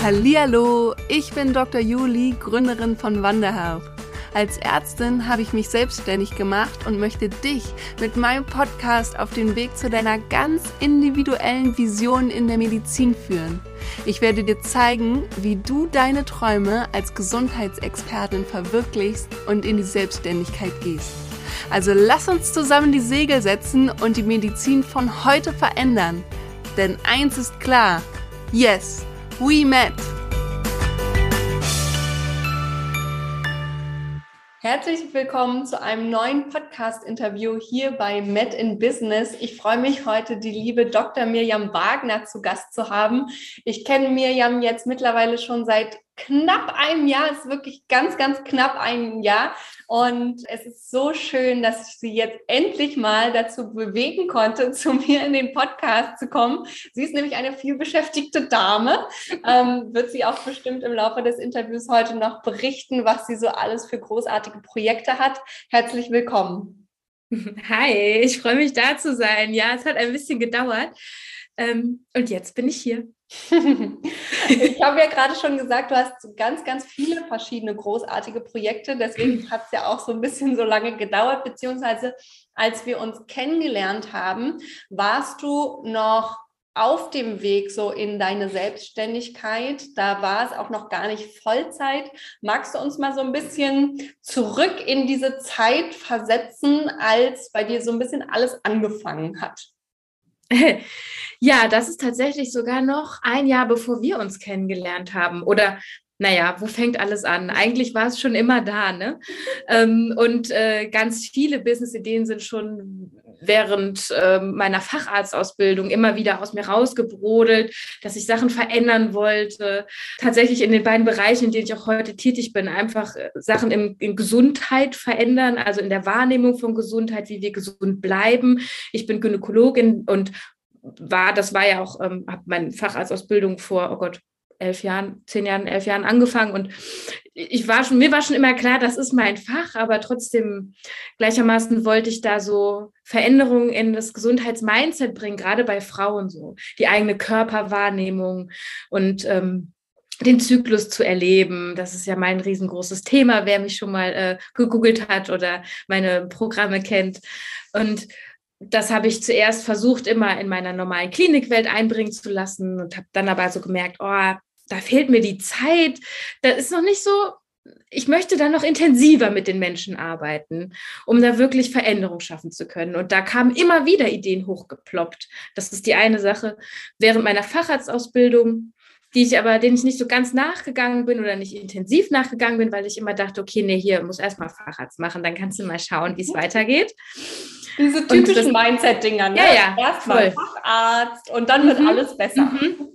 Hallihallo, ich bin Dr. Juli, Gründerin von Wanderhelp. Als Ärztin habe ich mich selbstständig gemacht und möchte dich mit meinem Podcast auf den Weg zu deiner ganz individuellen Vision in der Medizin führen. Ich werde dir zeigen, wie du deine Träume als Gesundheitsexpertin verwirklichst und in die Selbstständigkeit gehst. Also lass uns zusammen die Segel setzen und die Medizin von heute verändern. Denn eins ist klar, yes, we met! Herzlich willkommen zu einem neuen Podcast-Interview hier bei Met in Business. Ich freue mich heute, die liebe Dr. Mirjam Wagner zu Gast zu haben. Ich kenne Mirjam jetzt mittlerweile schon seit knapp einem Jahr. Es ist wirklich ganz, ganz knapp ein Jahr. Und es ist so schön, dass ich sie jetzt endlich mal dazu bewegen konnte, zu mir in den Podcast zu kommen. Sie ist nämlich eine vielbeschäftigte Dame. Wird sie auch bestimmt im Laufe des Interviews heute noch berichten, was sie so alles für großartige Projekte hat. Herzlich willkommen. Hi, ich freue mich, da zu sein. Ja, es hat ein bisschen gedauert. Und jetzt bin ich hier. Ich habe ja gerade schon gesagt, du hast ganz, ganz viele verschiedene großartige Projekte. Deswegen hat es ja auch so ein bisschen so lange gedauert, beziehungsweise als wir uns kennengelernt haben, warst du noch auf dem Weg so in deine Selbstständigkeit. Da war es auch noch gar nicht Vollzeit. Magst du uns mal so ein bisschen zurück in diese Zeit versetzen, als bei dir so ein bisschen alles angefangen hat? Ja, das ist tatsächlich sogar noch ein Jahr, bevor wir uns kennengelernt haben. Oder, naja, wo fängt alles an? Eigentlich war es schon immer da, ne? Und ganz viele Business-Ideen sind schon während meiner Facharztausbildung immer wieder aus mir rausgebrodelt, dass ich Sachen verändern wollte. Tatsächlich in den beiden Bereichen, in denen ich auch heute tätig bin, einfach Sachen in Gesundheit verändern, also in der Wahrnehmung von Gesundheit, wie wir gesund bleiben. Ich bin Gynäkologin und das war ja auch, habe meine Facharztausbildung vor, 11 Jahren angefangen und mir war schon immer klar, das ist mein Fach, aber trotzdem gleichermaßen wollte ich da so Veränderungen in das Gesundheitsmindset bringen, gerade bei Frauen so, die eigene Körperwahrnehmung und den Zyklus zu erleben. Das ist ja mein riesengroßes Thema, wer mich schon mal gegoogelt hat oder meine Programme kennt. Und das habe ich zuerst versucht, immer in meiner normalen Klinikwelt einbringen zu lassen und habe dann aber so gemerkt, da fehlt mir die Zeit. Das ist noch nicht so, ich möchte dann noch intensiver mit den Menschen arbeiten, um da wirklich Veränderung schaffen zu können. Und da kamen immer wieder Ideen hochgeploppt. Das ist die eine Sache. Während meiner Facharztausbildung, denen ich nicht so ganz nachgegangen bin oder nicht intensiv nachgegangen bin, weil ich immer dachte, okay, nee, hier muss erstmal Facharzt machen, dann kannst du mal schauen, wie es weitergeht. Diese typischen Mindset-Dinger, ne? Ja, erstmal Facharzt und dann wird alles besser.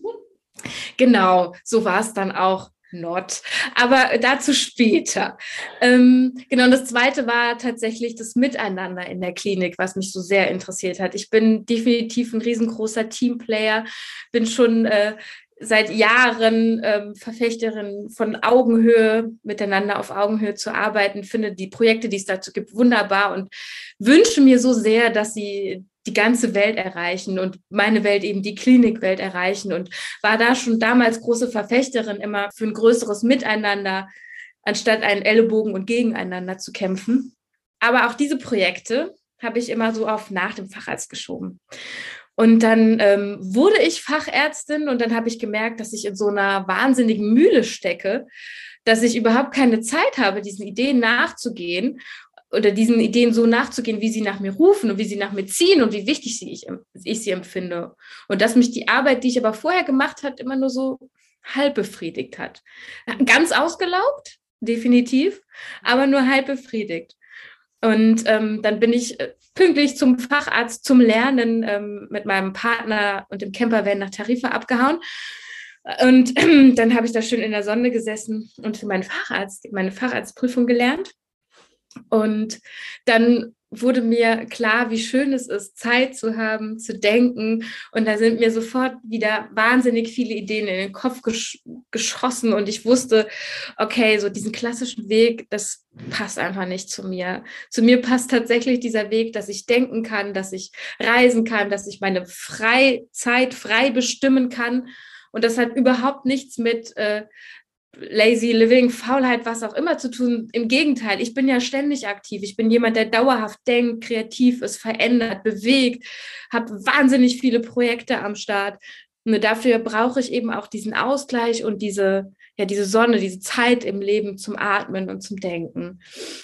Genau, so war es dann auch not. Aber dazu später. Genau, und das Zweite war tatsächlich das Miteinander in der Klinik, was mich so sehr interessiert hat. Ich bin definitiv ein riesengroßer Teamplayer, bin schon seit Jahren Verfechterin von Augenhöhe, miteinander auf Augenhöhe zu arbeiten, finde die Projekte, die es dazu gibt, wunderbar und wünsche mir so sehr, dass sie die ganze Welt erreichen und meine Welt eben die Klinikwelt erreichen und war da schon damals große Verfechterin immer für ein größeres Miteinander, anstatt einen Ellenbogen und gegeneinander zu kämpfen. Aber auch diese Projekte habe ich immer so auf nach dem Facharzt geschoben. Und dann wurde ich Fachärztin und dann habe ich gemerkt, dass ich in so einer wahnsinnigen Mühle stecke, dass ich überhaupt keine Zeit habe, diesen Ideen nachzugehen oder diesen Ideen so nachzugehen, wie sie nach mir rufen und wie sie nach mir ziehen und wie wichtig ich sie empfinde. Und dass mich die Arbeit, die ich aber vorher gemacht habe, immer nur so halb befriedigt hat. Ganz ausgelaugt, definitiv, aber nur halb befriedigt. Und dann bin ich pünktlich zum Facharzt zum Lernen mit meinem Partner und dem Campervan nach Tarifa abgehauen. Und dann habe ich da schön in der Sonne gesessen und für meine Facharztprüfung gelernt. Und dann wurde mir klar, wie schön es ist, Zeit zu haben, zu denken. Und da sind mir sofort wieder wahnsinnig viele Ideen in den Kopf geschossen. Und ich wusste, okay, so diesen klassischen Weg, das passt einfach nicht zu mir. Zu mir passt tatsächlich dieser Weg, dass ich denken kann, dass ich reisen kann, dass ich meine Freizeit frei bestimmen kann. Und das hat überhaupt nichts mit Lazy Living, Faulheit, was auch immer zu tun. Im Gegenteil, ich bin ja ständig aktiv. Ich bin jemand, der dauerhaft denkt, kreativ ist, verändert, bewegt, habe wahnsinnig viele Projekte am Start. Und dafür brauche ich eben auch diesen Ausgleich und diese Sonne, diese Zeit im Leben zum Atmen und zum Denken.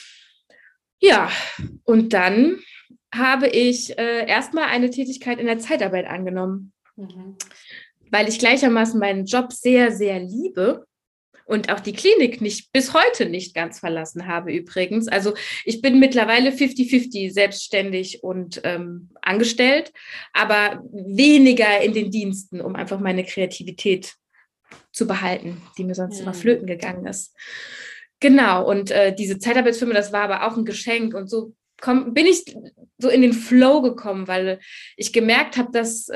Ja, und dann habe ich erstmal eine Tätigkeit in der Zeitarbeit angenommen, weil ich gleichermaßen meinen Job sehr, sehr liebe und auch die Klinik bis heute nicht ganz verlassen habe übrigens. Also ich bin mittlerweile 50-50 selbstständig und angestellt, aber weniger in den Diensten, um einfach meine Kreativität zu behalten, die mir sonst immer flöten gegangen ist. Genau, und diese Zeitarbeitsfirma, das war aber auch ein Geschenk und so bin ich so in den Flow gekommen, weil ich gemerkt habe, dass,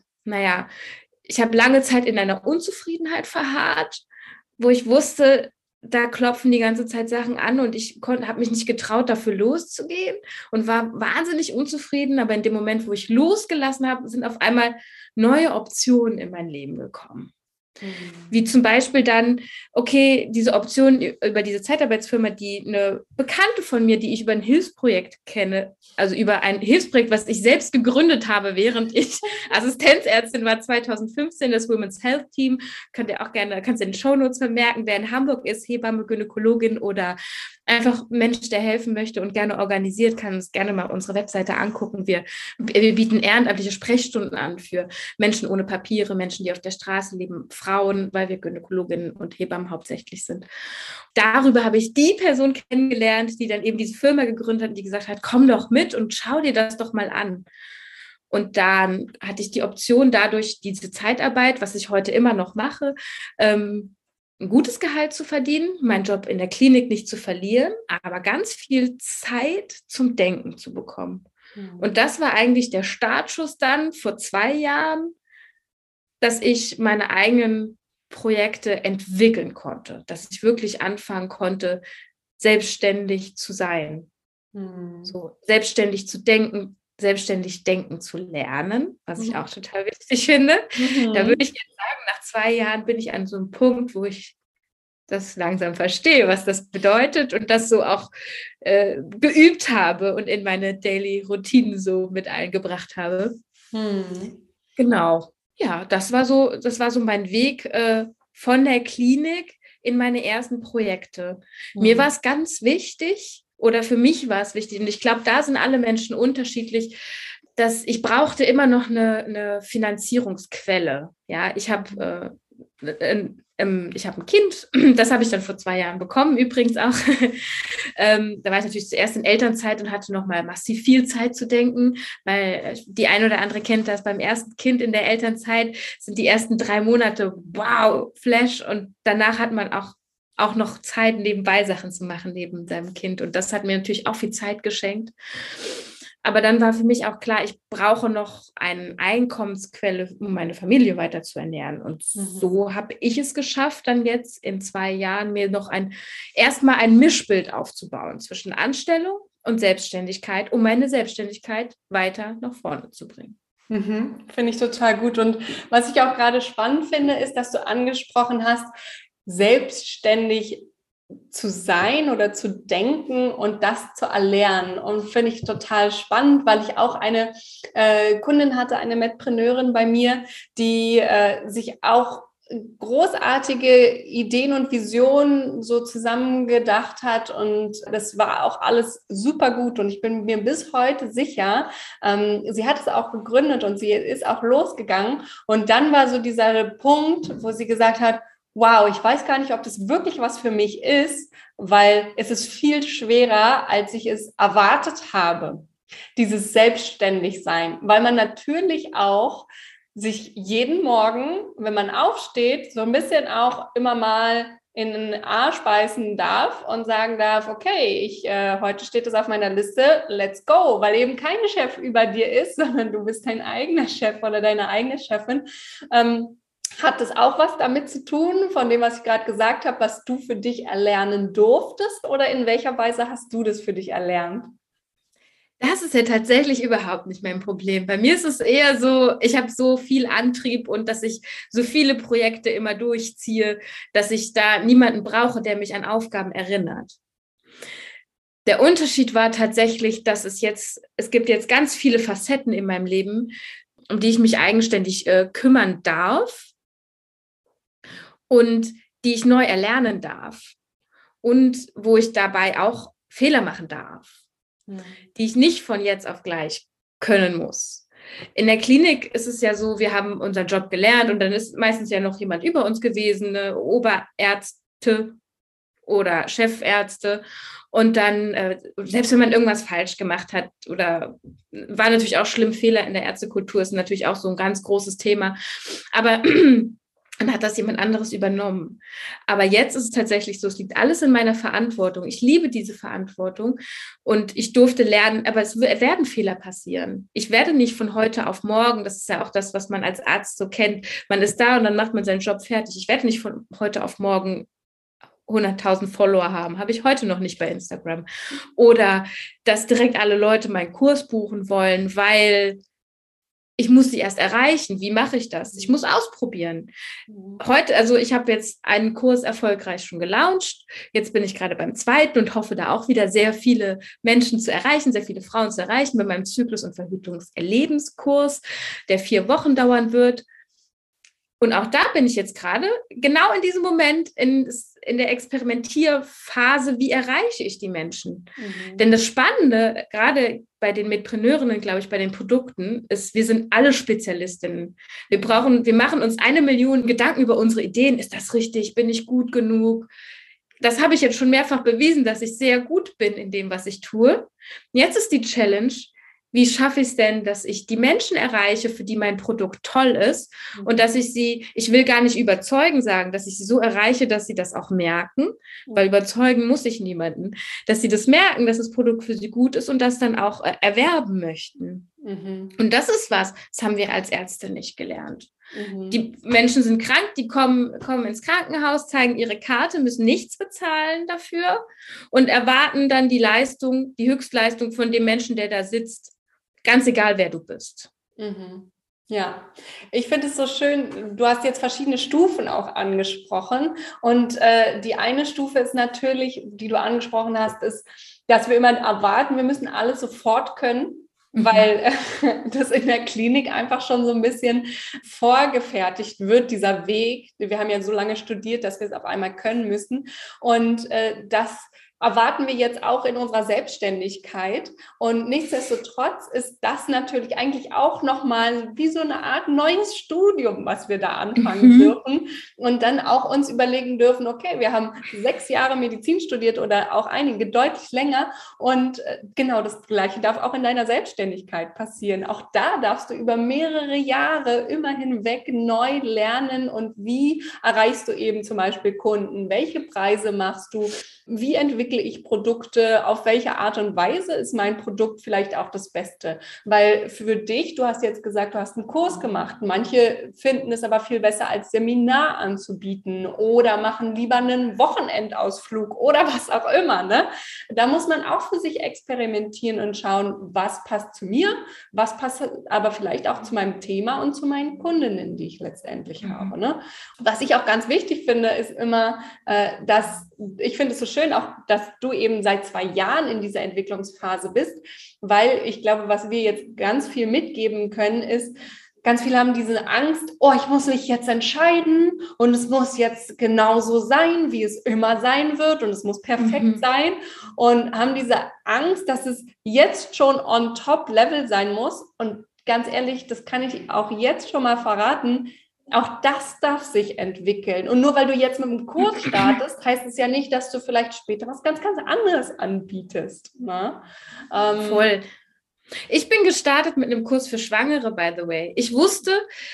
ich habe lange Zeit in einer Unzufriedenheit verharrt, wo ich wusste, da klopfen die ganze Zeit Sachen an und ich habe mich nicht getraut, dafür loszugehen und war wahnsinnig unzufrieden. Aber in dem Moment, wo ich losgelassen habe, sind auf einmal neue Optionen in mein Leben gekommen. Wie zum Beispiel dann, okay, diese Option über diese Zeitarbeitsfirma, die eine Bekannte von mir, die ich über ein Hilfsprojekt kenne, also über ein Hilfsprojekt, was ich selbst gegründet habe, während ich Assistenzärztin war 2015, das Women's Health Team, kannst du in den Shownotes vermerken, wer in Hamburg ist, Hebamme, Gynäkologin oder einfach Mensch, der helfen möchte und gerne organisiert, kann uns gerne mal unsere Webseite angucken. Wir bieten ehrenamtliche Sprechstunden an für Menschen ohne Papiere, Menschen, die auf der Straße leben, Frauen, weil wir Gynäkologinnen und Hebammen hauptsächlich sind. Darüber habe ich die Person kennengelernt, die dann eben diese Firma gegründet hat und die gesagt hat, komm doch mit und schau dir das doch mal an. Und dann hatte ich die Option, dadurch diese Zeitarbeit, was ich heute immer noch mache, ein gutes Gehalt zu verdienen, meinen Job in der Klinik nicht zu verlieren, aber ganz viel Zeit zum Denken zu bekommen. Und das war eigentlich der Startschuss dann vor 2 Jahren, dass ich meine eigenen Projekte entwickeln konnte, dass ich wirklich anfangen konnte, selbstständig zu sein, so selbstständig zu denken, selbstständig denken zu lernen, was ich auch total wichtig finde. Da würde ich jetzt sagen, nach 2 Jahren bin ich an so einem Punkt, wo ich das langsam verstehe, was das bedeutet und das so auch geübt habe und in meine Daily Routinen so mit eingebracht habe. Genau. Ja, das war so mein Weg von der Klinik in meine ersten Projekte. Mir war es ganz wichtig, oder für mich war es wichtig, und ich glaube, da sind alle Menschen unterschiedlich, dass ich brauchte immer noch eine Finanzierungsquelle. Ja, ich habe ein Kind, das habe ich dann vor 2 Jahren bekommen, übrigens auch. Da war ich natürlich zuerst in Elternzeit und hatte nochmal massiv viel Zeit zu denken, weil die ein oder andere kennt das, beim ersten Kind in der Elternzeit sind die ersten 3 Monate, wow, Flash, und danach hat man auch noch Zeit, nebenbei Sachen zu machen neben seinem Kind. Und das hat mir natürlich auch viel Zeit geschenkt. Aber dann war für mich auch klar, ich brauche noch eine Einkommensquelle, um meine Familie weiter zu ernähren. Und so habe ich es geschafft, dann jetzt in 2 Jahren mir noch erstmal ein Mischbild aufzubauen zwischen Anstellung und Selbstständigkeit, um meine Selbstständigkeit weiter nach vorne zu bringen. Finde ich total gut. Und was ich auch gerade spannend finde, ist, dass du angesprochen hast, selbstständig zu sein oder zu denken und das zu erlernen. Und finde ich total spannend, weil ich auch eine Kundin hatte, eine Medpreneurin bei mir, die sich auch großartige Ideen und Visionen so zusammengedacht hat, und das war auch alles super gut, und ich bin mir bis heute sicher, sie hat es auch gegründet und sie ist auch losgegangen, und dann war so dieser Punkt, wo sie gesagt hat, wow, ich weiß gar nicht, ob das wirklich was für mich ist, weil es ist viel schwerer, als ich es erwartet habe, dieses Selbstständigsein, weil man natürlich auch sich jeden Morgen, wenn man aufsteht, so ein bisschen auch immer mal in den Arsch beißen darf und sagen darf, okay, heute steht es auf meiner Liste, let's go, weil eben kein Chef über dir ist, sondern du bist dein eigener Chef oder deine eigene Chefin. Hat das auch was damit zu tun, von dem, was ich gerade gesagt habe, was du für dich erlernen durftest, oder in welcher Weise hast du das für dich erlernt? Das ist ja tatsächlich überhaupt nicht mein Problem. Bei mir ist es eher so, ich habe so viel Antrieb und dass ich so viele Projekte immer durchziehe, dass ich da niemanden brauche, der mich an Aufgaben erinnert. Der Unterschied war tatsächlich, dass es gibt jetzt ganz viele Facetten in meinem Leben, um die ich mich eigenständig kümmern darf und die ich neu erlernen darf und wo ich dabei auch Fehler machen darf, die ich nicht von jetzt auf gleich können muss. In der Klinik ist es ja so, wir haben unseren Job gelernt und dann ist meistens ja noch jemand über uns gewesen, eine Oberärzte oder Chefärzte. Und dann, selbst wenn man irgendwas falsch gemacht hat oder war natürlich auch schlimm, Fehler in der Ärztekultur ist natürlich auch so ein ganz großes Thema. Aber dann hat das jemand anderes übernommen. Aber jetzt ist es tatsächlich so, es liegt alles in meiner Verantwortung. Ich liebe diese Verantwortung und ich durfte lernen, aber es werden Fehler passieren. Ich werde nicht von heute auf morgen, das ist ja auch das, was man als Arzt so kennt, man ist da und dann macht man seinen Job fertig. Ich werde nicht von heute auf morgen 100.000 Follower haben, habe ich heute noch nicht bei Instagram. Oder dass direkt alle Leute meinen Kurs buchen wollen, weil ich muss sie erst erreichen. Wie mache ich das? Ich muss ausprobieren. Heute, also ich habe jetzt einen Kurs erfolgreich schon gelauncht. Jetzt bin ich gerade beim zweiten und hoffe da auch wieder sehr viele Menschen zu erreichen, sehr viele Frauen zu erreichen bei meinem Zyklus- und Verhütungserlebenskurs, der 4 Wochen dauern wird. Und auch da bin ich jetzt gerade genau in diesem Moment in der Experimentierphase, wie erreiche ich die Menschen? Denn das Spannende, gerade bei den Mitpreneurinnen, glaube ich, bei den Produkten, ist, wir sind alle Spezialistinnen. Wir machen uns 1 Million Gedanken über unsere Ideen. Ist das richtig? Bin ich gut genug? Das habe ich jetzt schon mehrfach bewiesen, dass ich sehr gut bin in dem, was ich tue. Jetzt ist die Challenge, wie schaffe ich es denn, dass ich die Menschen erreiche, für die mein Produkt toll ist und dass ich will gar nicht überzeugen sagen, dass ich sie so erreiche, dass sie das auch merken, weil überzeugen muss ich niemanden, dass sie das merken, dass das Produkt für sie gut ist und das dann auch erwerben möchten. Und das ist das haben wir als Ärzte nicht gelernt. Die Menschen sind krank, die kommen ins Krankenhaus, zeigen ihre Karte, müssen nichts bezahlen dafür und erwarten dann die Höchstleistung von dem Menschen, der da sitzt. Ganz egal, wer du bist. Ja, ich finde es so schön, du hast jetzt verschiedene Stufen auch angesprochen und die eine Stufe ist natürlich, die du angesprochen hast, ist, dass wir immer erwarten, wir müssen alles sofort können, weil das in der Klinik einfach schon so ein bisschen vorgefertigt wird, dieser Weg. Wir haben ja so lange studiert, dass wir es auf einmal können müssen und das erwarten wir jetzt auch in unserer Selbstständigkeit. Und nichtsdestotrotz ist das natürlich eigentlich auch nochmal wie so eine Art neues Studium, was wir da anfangen dürfen und dann auch uns überlegen dürfen, okay, wir haben 6 Jahre Medizin studiert oder auch einige deutlich länger und genau das Gleiche darf auch in deiner Selbstständigkeit passieren. Auch da darfst du über mehrere Jahre immer hinweg neu lernen und wie erreichst du eben zum Beispiel Kunden, welche Preise machst du, wie entwickle ich Produkte, auf welche Art und Weise ist mein Produkt vielleicht auch das Beste? Weil für dich, du hast jetzt gesagt, du hast einen Kurs gemacht. Manche finden es aber viel besser, als Seminar anzubieten oder machen lieber einen Wochenendausflug oder was auch immer. Ne? Da muss man auch für sich experimentieren und schauen, was passt zu mir, was passt aber vielleicht auch zu meinem Thema und zu meinen Kundinnen, die ich letztendlich habe. Ne? Was ich auch ganz wichtig finde, ist immer, dass ich finde es so schön auch, dass du eben seit 2 Jahren in dieser Entwicklungsphase bist, weil ich glaube, was wir jetzt ganz viel mitgeben können, ist, ganz viele haben diese Angst, oh, ich muss mich jetzt entscheiden und es muss jetzt genauso sein, wie es immer sein wird und es muss perfekt sein und haben diese Angst, dass es jetzt schon on top Level sein muss und ganz ehrlich, das kann ich auch jetzt schon mal verraten, auch das darf sich entwickeln. Und nur weil du jetzt mit einem Kurs startest, heißt es ja nicht, dass du vielleicht später was ganz, ganz anderes anbietest. Ne? Voll. Ich bin gestartet mit einem Kurs für Schwangere, by the way. Ich wusste,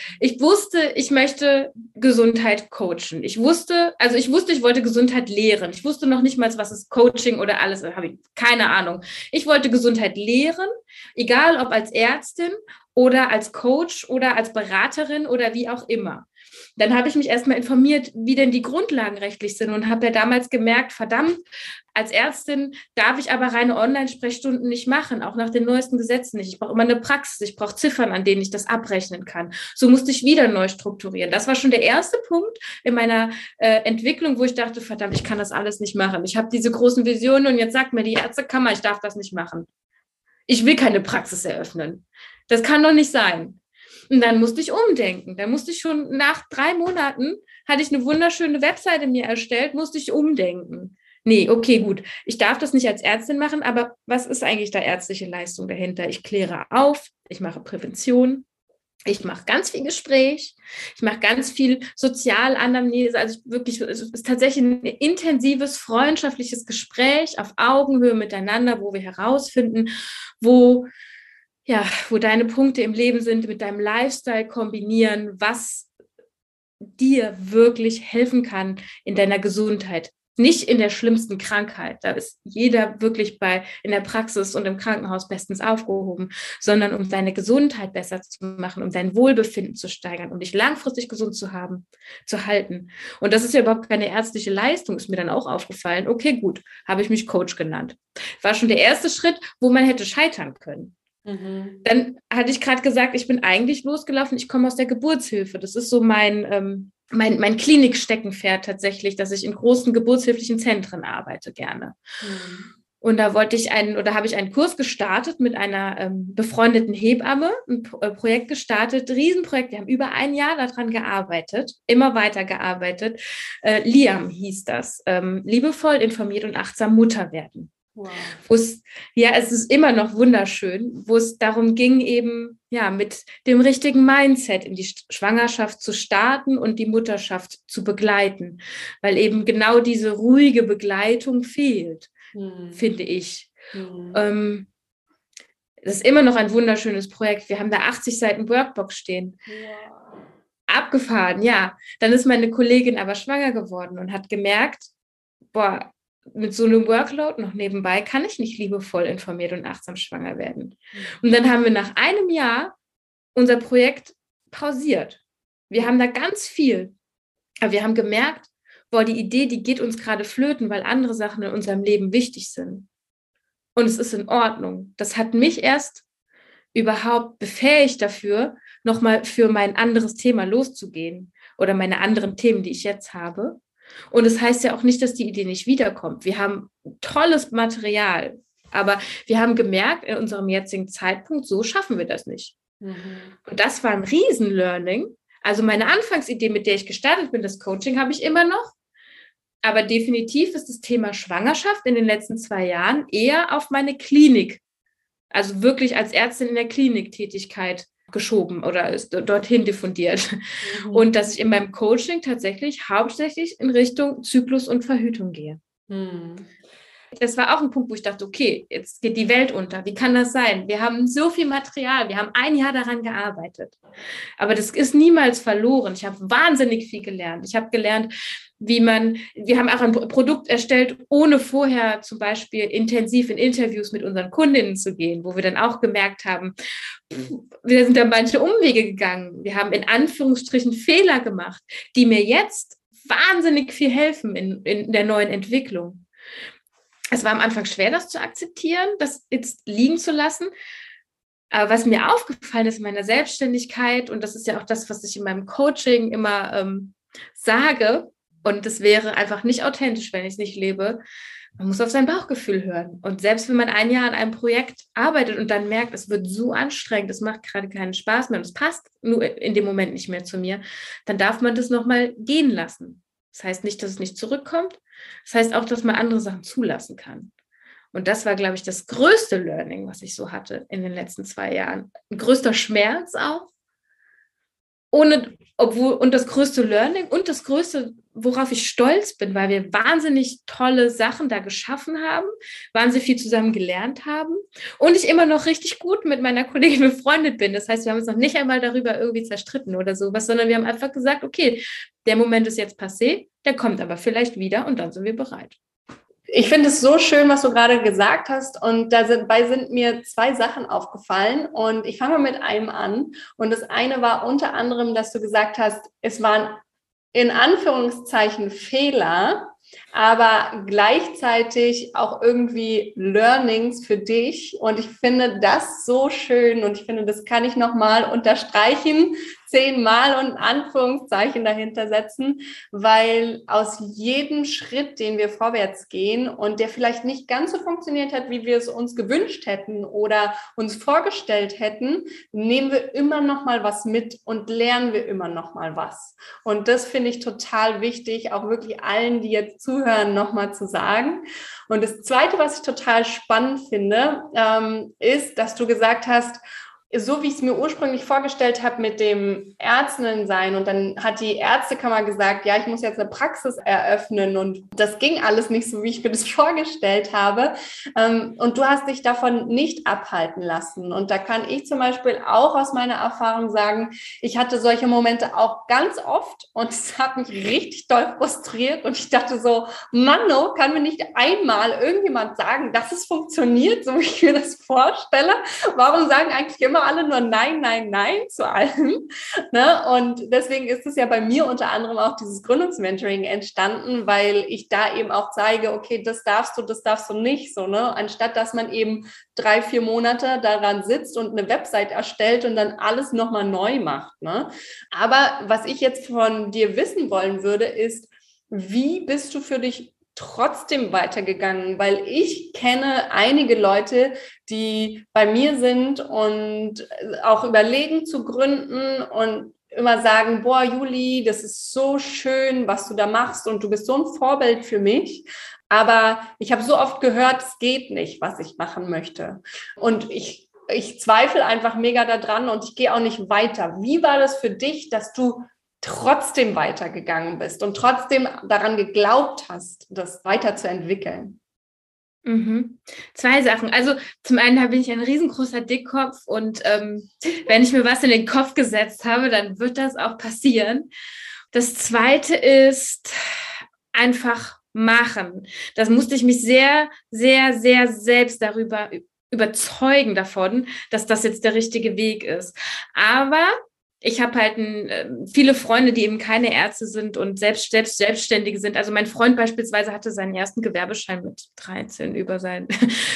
ich möchte Gesundheit coachen. Ich wusste, ich wollte Gesundheit lehren. Ich wusste noch nicht mal, was ist Coaching oder alles, habe ich keine Ahnung. Ich wollte Gesundheit lehren, egal ob als Ärztin oder als Coach oder als Beraterin oder wie auch immer. Dann habe ich mich erstmal informiert, wie denn die Grundlagen rechtlich sind und habe ja damals gemerkt, verdammt, als Ärztin darf ich aber reine Online-Sprechstunden nicht machen, auch nach den neuesten Gesetzen nicht. Ich brauche immer eine Praxis, ich brauche Ziffern, an denen ich das abrechnen kann. So musste ich wieder neu strukturieren. Das war schon der erste Punkt in meiner Entwicklung, wo ich dachte, verdammt, ich kann das alles nicht machen. Ich habe diese großen Visionen und jetzt sagt mir die Ärztekammer, ich darf das nicht machen. Ich will keine Praxis eröffnen. Das kann doch nicht sein. Und dann musste ich umdenken. Dann musste ich schon nach 3 Monaten, hatte ich eine wunderschöne Webseite mir erstellt, musste ich umdenken. Nee, okay, gut. Ich darf das nicht als Ärztin machen, aber was ist eigentlich da ärztliche Leistung dahinter? Ich kläre auf, ich mache Prävention, ich mache ganz viel Gespräch, ich mache ganz viel Sozialanamnese, also wirklich, es ist tatsächlich ein intensives, freundschaftliches Gespräch auf Augenhöhe miteinander, wo wir herausfinden, wo deine Punkte im Leben sind, mit deinem Lifestyle kombinieren, was dir wirklich helfen kann in deiner Gesundheit. Nicht in der schlimmsten Krankheit, da ist jeder wirklich in der Praxis und im Krankenhaus bestens aufgehoben, sondern um deine Gesundheit besser zu machen, um dein Wohlbefinden zu steigern, um dich langfristig gesund zu halten. Und das ist ja überhaupt keine ärztliche Leistung, ist mir dann auch aufgefallen. Okay, gut, habe ich mich Coach genannt. War schon der erste Schritt, wo man hätte scheitern können. Dann hatte ich gerade gesagt, ich bin eigentlich losgelaufen, ich komme aus der Geburtshilfe. Das ist so mein Klinik-Steckenpferd tatsächlich, dass ich in großen geburtshilflichen Zentren arbeite gerne. Und da habe ich einen Kurs gestartet mit einer befreundeten Hebamme, ein Projekt gestartet, Riesenprojekt. Wir haben über 1 Jahr daran gearbeitet, immer weiter gearbeitet. Liam hieß das, liebevoll, informiert und achtsam Mutter werden. Wow. Es ist immer noch wunderschön, wo es darum ging, eben mit dem richtigen Mindset in die Schwangerschaft zu starten und die Mutterschaft zu begleiten, weil eben genau diese ruhige Begleitung fehlt, finde ich. Das ist immer noch ein wunderschönes Projekt. Wir haben da 80 Seiten Workbook stehen. Wow. Abgefahren, ja. Dann ist meine Kollegin aber schwanger geworden und hat gemerkt, mit so einem Workload noch nebenbei kann ich nicht liebevoll, informiert und achtsam schwanger werden. Und dann haben wir nach 1 Jahr unser Projekt pausiert. Wir haben da ganz viel, aber wir haben gemerkt, die Idee, die geht uns gerade flöten, weil andere Sachen in unserem Leben wichtig sind. Und es ist in Ordnung. Das hat mich erst überhaupt befähigt dafür, nochmal für mein anderes Thema loszugehen oder meine anderen Themen, die ich jetzt habe. Und es heißt ja auch nicht, dass die Idee nicht wiederkommt. Wir haben tolles Material, aber wir haben gemerkt, in unserem jetzigen Zeitpunkt, so schaffen wir das nicht. Und das war ein Riesen-Learning. Also meine Anfangsidee, mit der ich gestartet bin, das Coaching, habe ich immer noch. Aber definitiv ist das Thema Schwangerschaft in den letzten 2 Jahren eher auf meine Klinik, also wirklich als Ärztin in der Kliniktätigkeit geschoben oder ist dorthin diffundiert. Und dass ich in meinem Coaching tatsächlich hauptsächlich in Richtung Zyklus und Verhütung gehe. Das war auch ein Punkt, wo ich dachte, okay, jetzt geht die Welt unter. Wie kann das sein? Wir haben so viel Material, wir haben 1 Jahr daran gearbeitet. Aber das ist niemals verloren. Ich habe wahnsinnig viel gelernt. Ich habe gelernt, wir haben auch ein Produkt erstellt, ohne vorher zum Beispiel intensiv in Interviews mit unseren Kundinnen zu gehen, wo wir dann auch gemerkt haben, wir sind da manche Umwege gegangen. Wir haben in Anführungsstrichen Fehler gemacht, die mir jetzt wahnsinnig viel helfen in der neuen Entwicklung. Es war am Anfang schwer, das zu akzeptieren, das jetzt liegen zu lassen. Aber was mir aufgefallen ist in meiner Selbstständigkeit, und das ist ja auch das, was ich in meinem Coaching immer sage, und das wäre einfach nicht authentisch, wenn ich es nicht lebe, man muss auf sein Bauchgefühl hören. Und selbst wenn man 1 Jahr an einem Projekt arbeitet und dann merkt, es wird so anstrengend, es macht gerade keinen Spaß mehr und es passt nur in dem Moment nicht mehr zu mir, dann darf man das nochmal gehen lassen. Das heißt nicht, dass es nicht zurückkommt. Das heißt auch, dass man andere Sachen zulassen kann. Und das war, glaube ich, das größte Learning, was ich so hatte in den letzten 2 Jahren. Ein größter Schmerz auch. Und das größte Learning und das größte, worauf ich stolz bin, weil wir wahnsinnig tolle Sachen da geschaffen haben, wahnsinnig viel zusammen gelernt haben und ich immer noch richtig gut mit meiner Kollegin befreundet bin. Das heißt, wir haben uns noch nicht einmal darüber irgendwie zerstritten oder sowas, sondern wir haben einfach gesagt, okay, der Moment ist jetzt passé, der kommt aber vielleicht wieder und dann sind wir bereit. Ich finde es so schön, was du gerade gesagt hast, und dabei sind mir zwei Sachen aufgefallen, und ich fange mal mit einem an. Und das eine war unter anderem, dass du gesagt hast, es waren in Anführungszeichen Fehler, aber gleichzeitig auch irgendwie Learnings für dich. Und ich finde das so schön, und ich finde, das kann ich nochmal unterstreichen, 10-mal und Anführungszeichen dahinter setzen, weil aus jedem Schritt, den wir vorwärts gehen und der vielleicht nicht ganz so funktioniert hat, wie wir es uns gewünscht hätten oder uns vorgestellt hätten, nehmen wir immer noch mal was mit und lernen wir immer noch mal was. Und das finde ich total wichtig, auch wirklich allen, die jetzt zuhören, noch mal zu sagen. Und das Zweite, was ich total spannend finde, ist, dass du gesagt hast, so wie ich es mir ursprünglich vorgestellt habe mit dem Ärztinnen-Sein, und dann hat die Ärztekammer gesagt, ja, ich muss jetzt eine Praxis eröffnen, und das ging alles nicht so, wie ich mir das vorgestellt habe, und du hast dich davon nicht abhalten lassen, und da kann ich zum Beispiel auch aus meiner Erfahrung sagen, ich hatte solche Momente auch ganz oft, und es hat mich richtig doll frustriert, und ich dachte so, Mann, no, kann mir nicht einmal irgendjemand sagen, dass es funktioniert, so wie ich mir das vorstelle? Warum sagen eigentlich immer alle nur Nein, Nein, Nein zu allem? Ne? Und deswegen ist es ja bei mir unter anderem auch dieses Gründungsmentoring entstanden, weil ich da eben auch zeige, okay, das darfst du nicht, so, ne? Anstatt dass man eben 3-4 Monate daran sitzt und eine Website erstellt und dann alles nochmal neu macht, ne? Aber was ich jetzt von dir wissen wollen würde, ist, wie bist du für dich trotzdem weitergegangen? Weil ich kenne einige Leute, die bei mir sind und auch überlegen zu gründen und immer sagen, boah, Juli, das ist so schön, was du da machst, und du bist so ein Vorbild für mich. Aber ich habe so oft gehört, es geht nicht, was ich machen möchte. Und ich zweifle einfach mega daran, und ich gehe auch nicht weiter. Wie war das für dich, dass du trotzdem weitergegangen bist und trotzdem daran geglaubt hast, das weiterzuentwickeln? Mhm. Zwei Sachen. Also zum einen bin ich ein riesengroßer Dickkopf, und wenn ich mir was in den Kopf gesetzt habe, dann wird das auch passieren. Das Zweite ist einfach machen. Das musste ich mich sehr, sehr, sehr selbst darüber überzeugen davon, dass das jetzt der richtige Weg ist. Aber ich habe halt viele Freunde, die eben keine Ärzte sind und Selbstständige sind. Also mein Freund beispielsweise hatte seinen ersten Gewerbeschein mit 13 über sein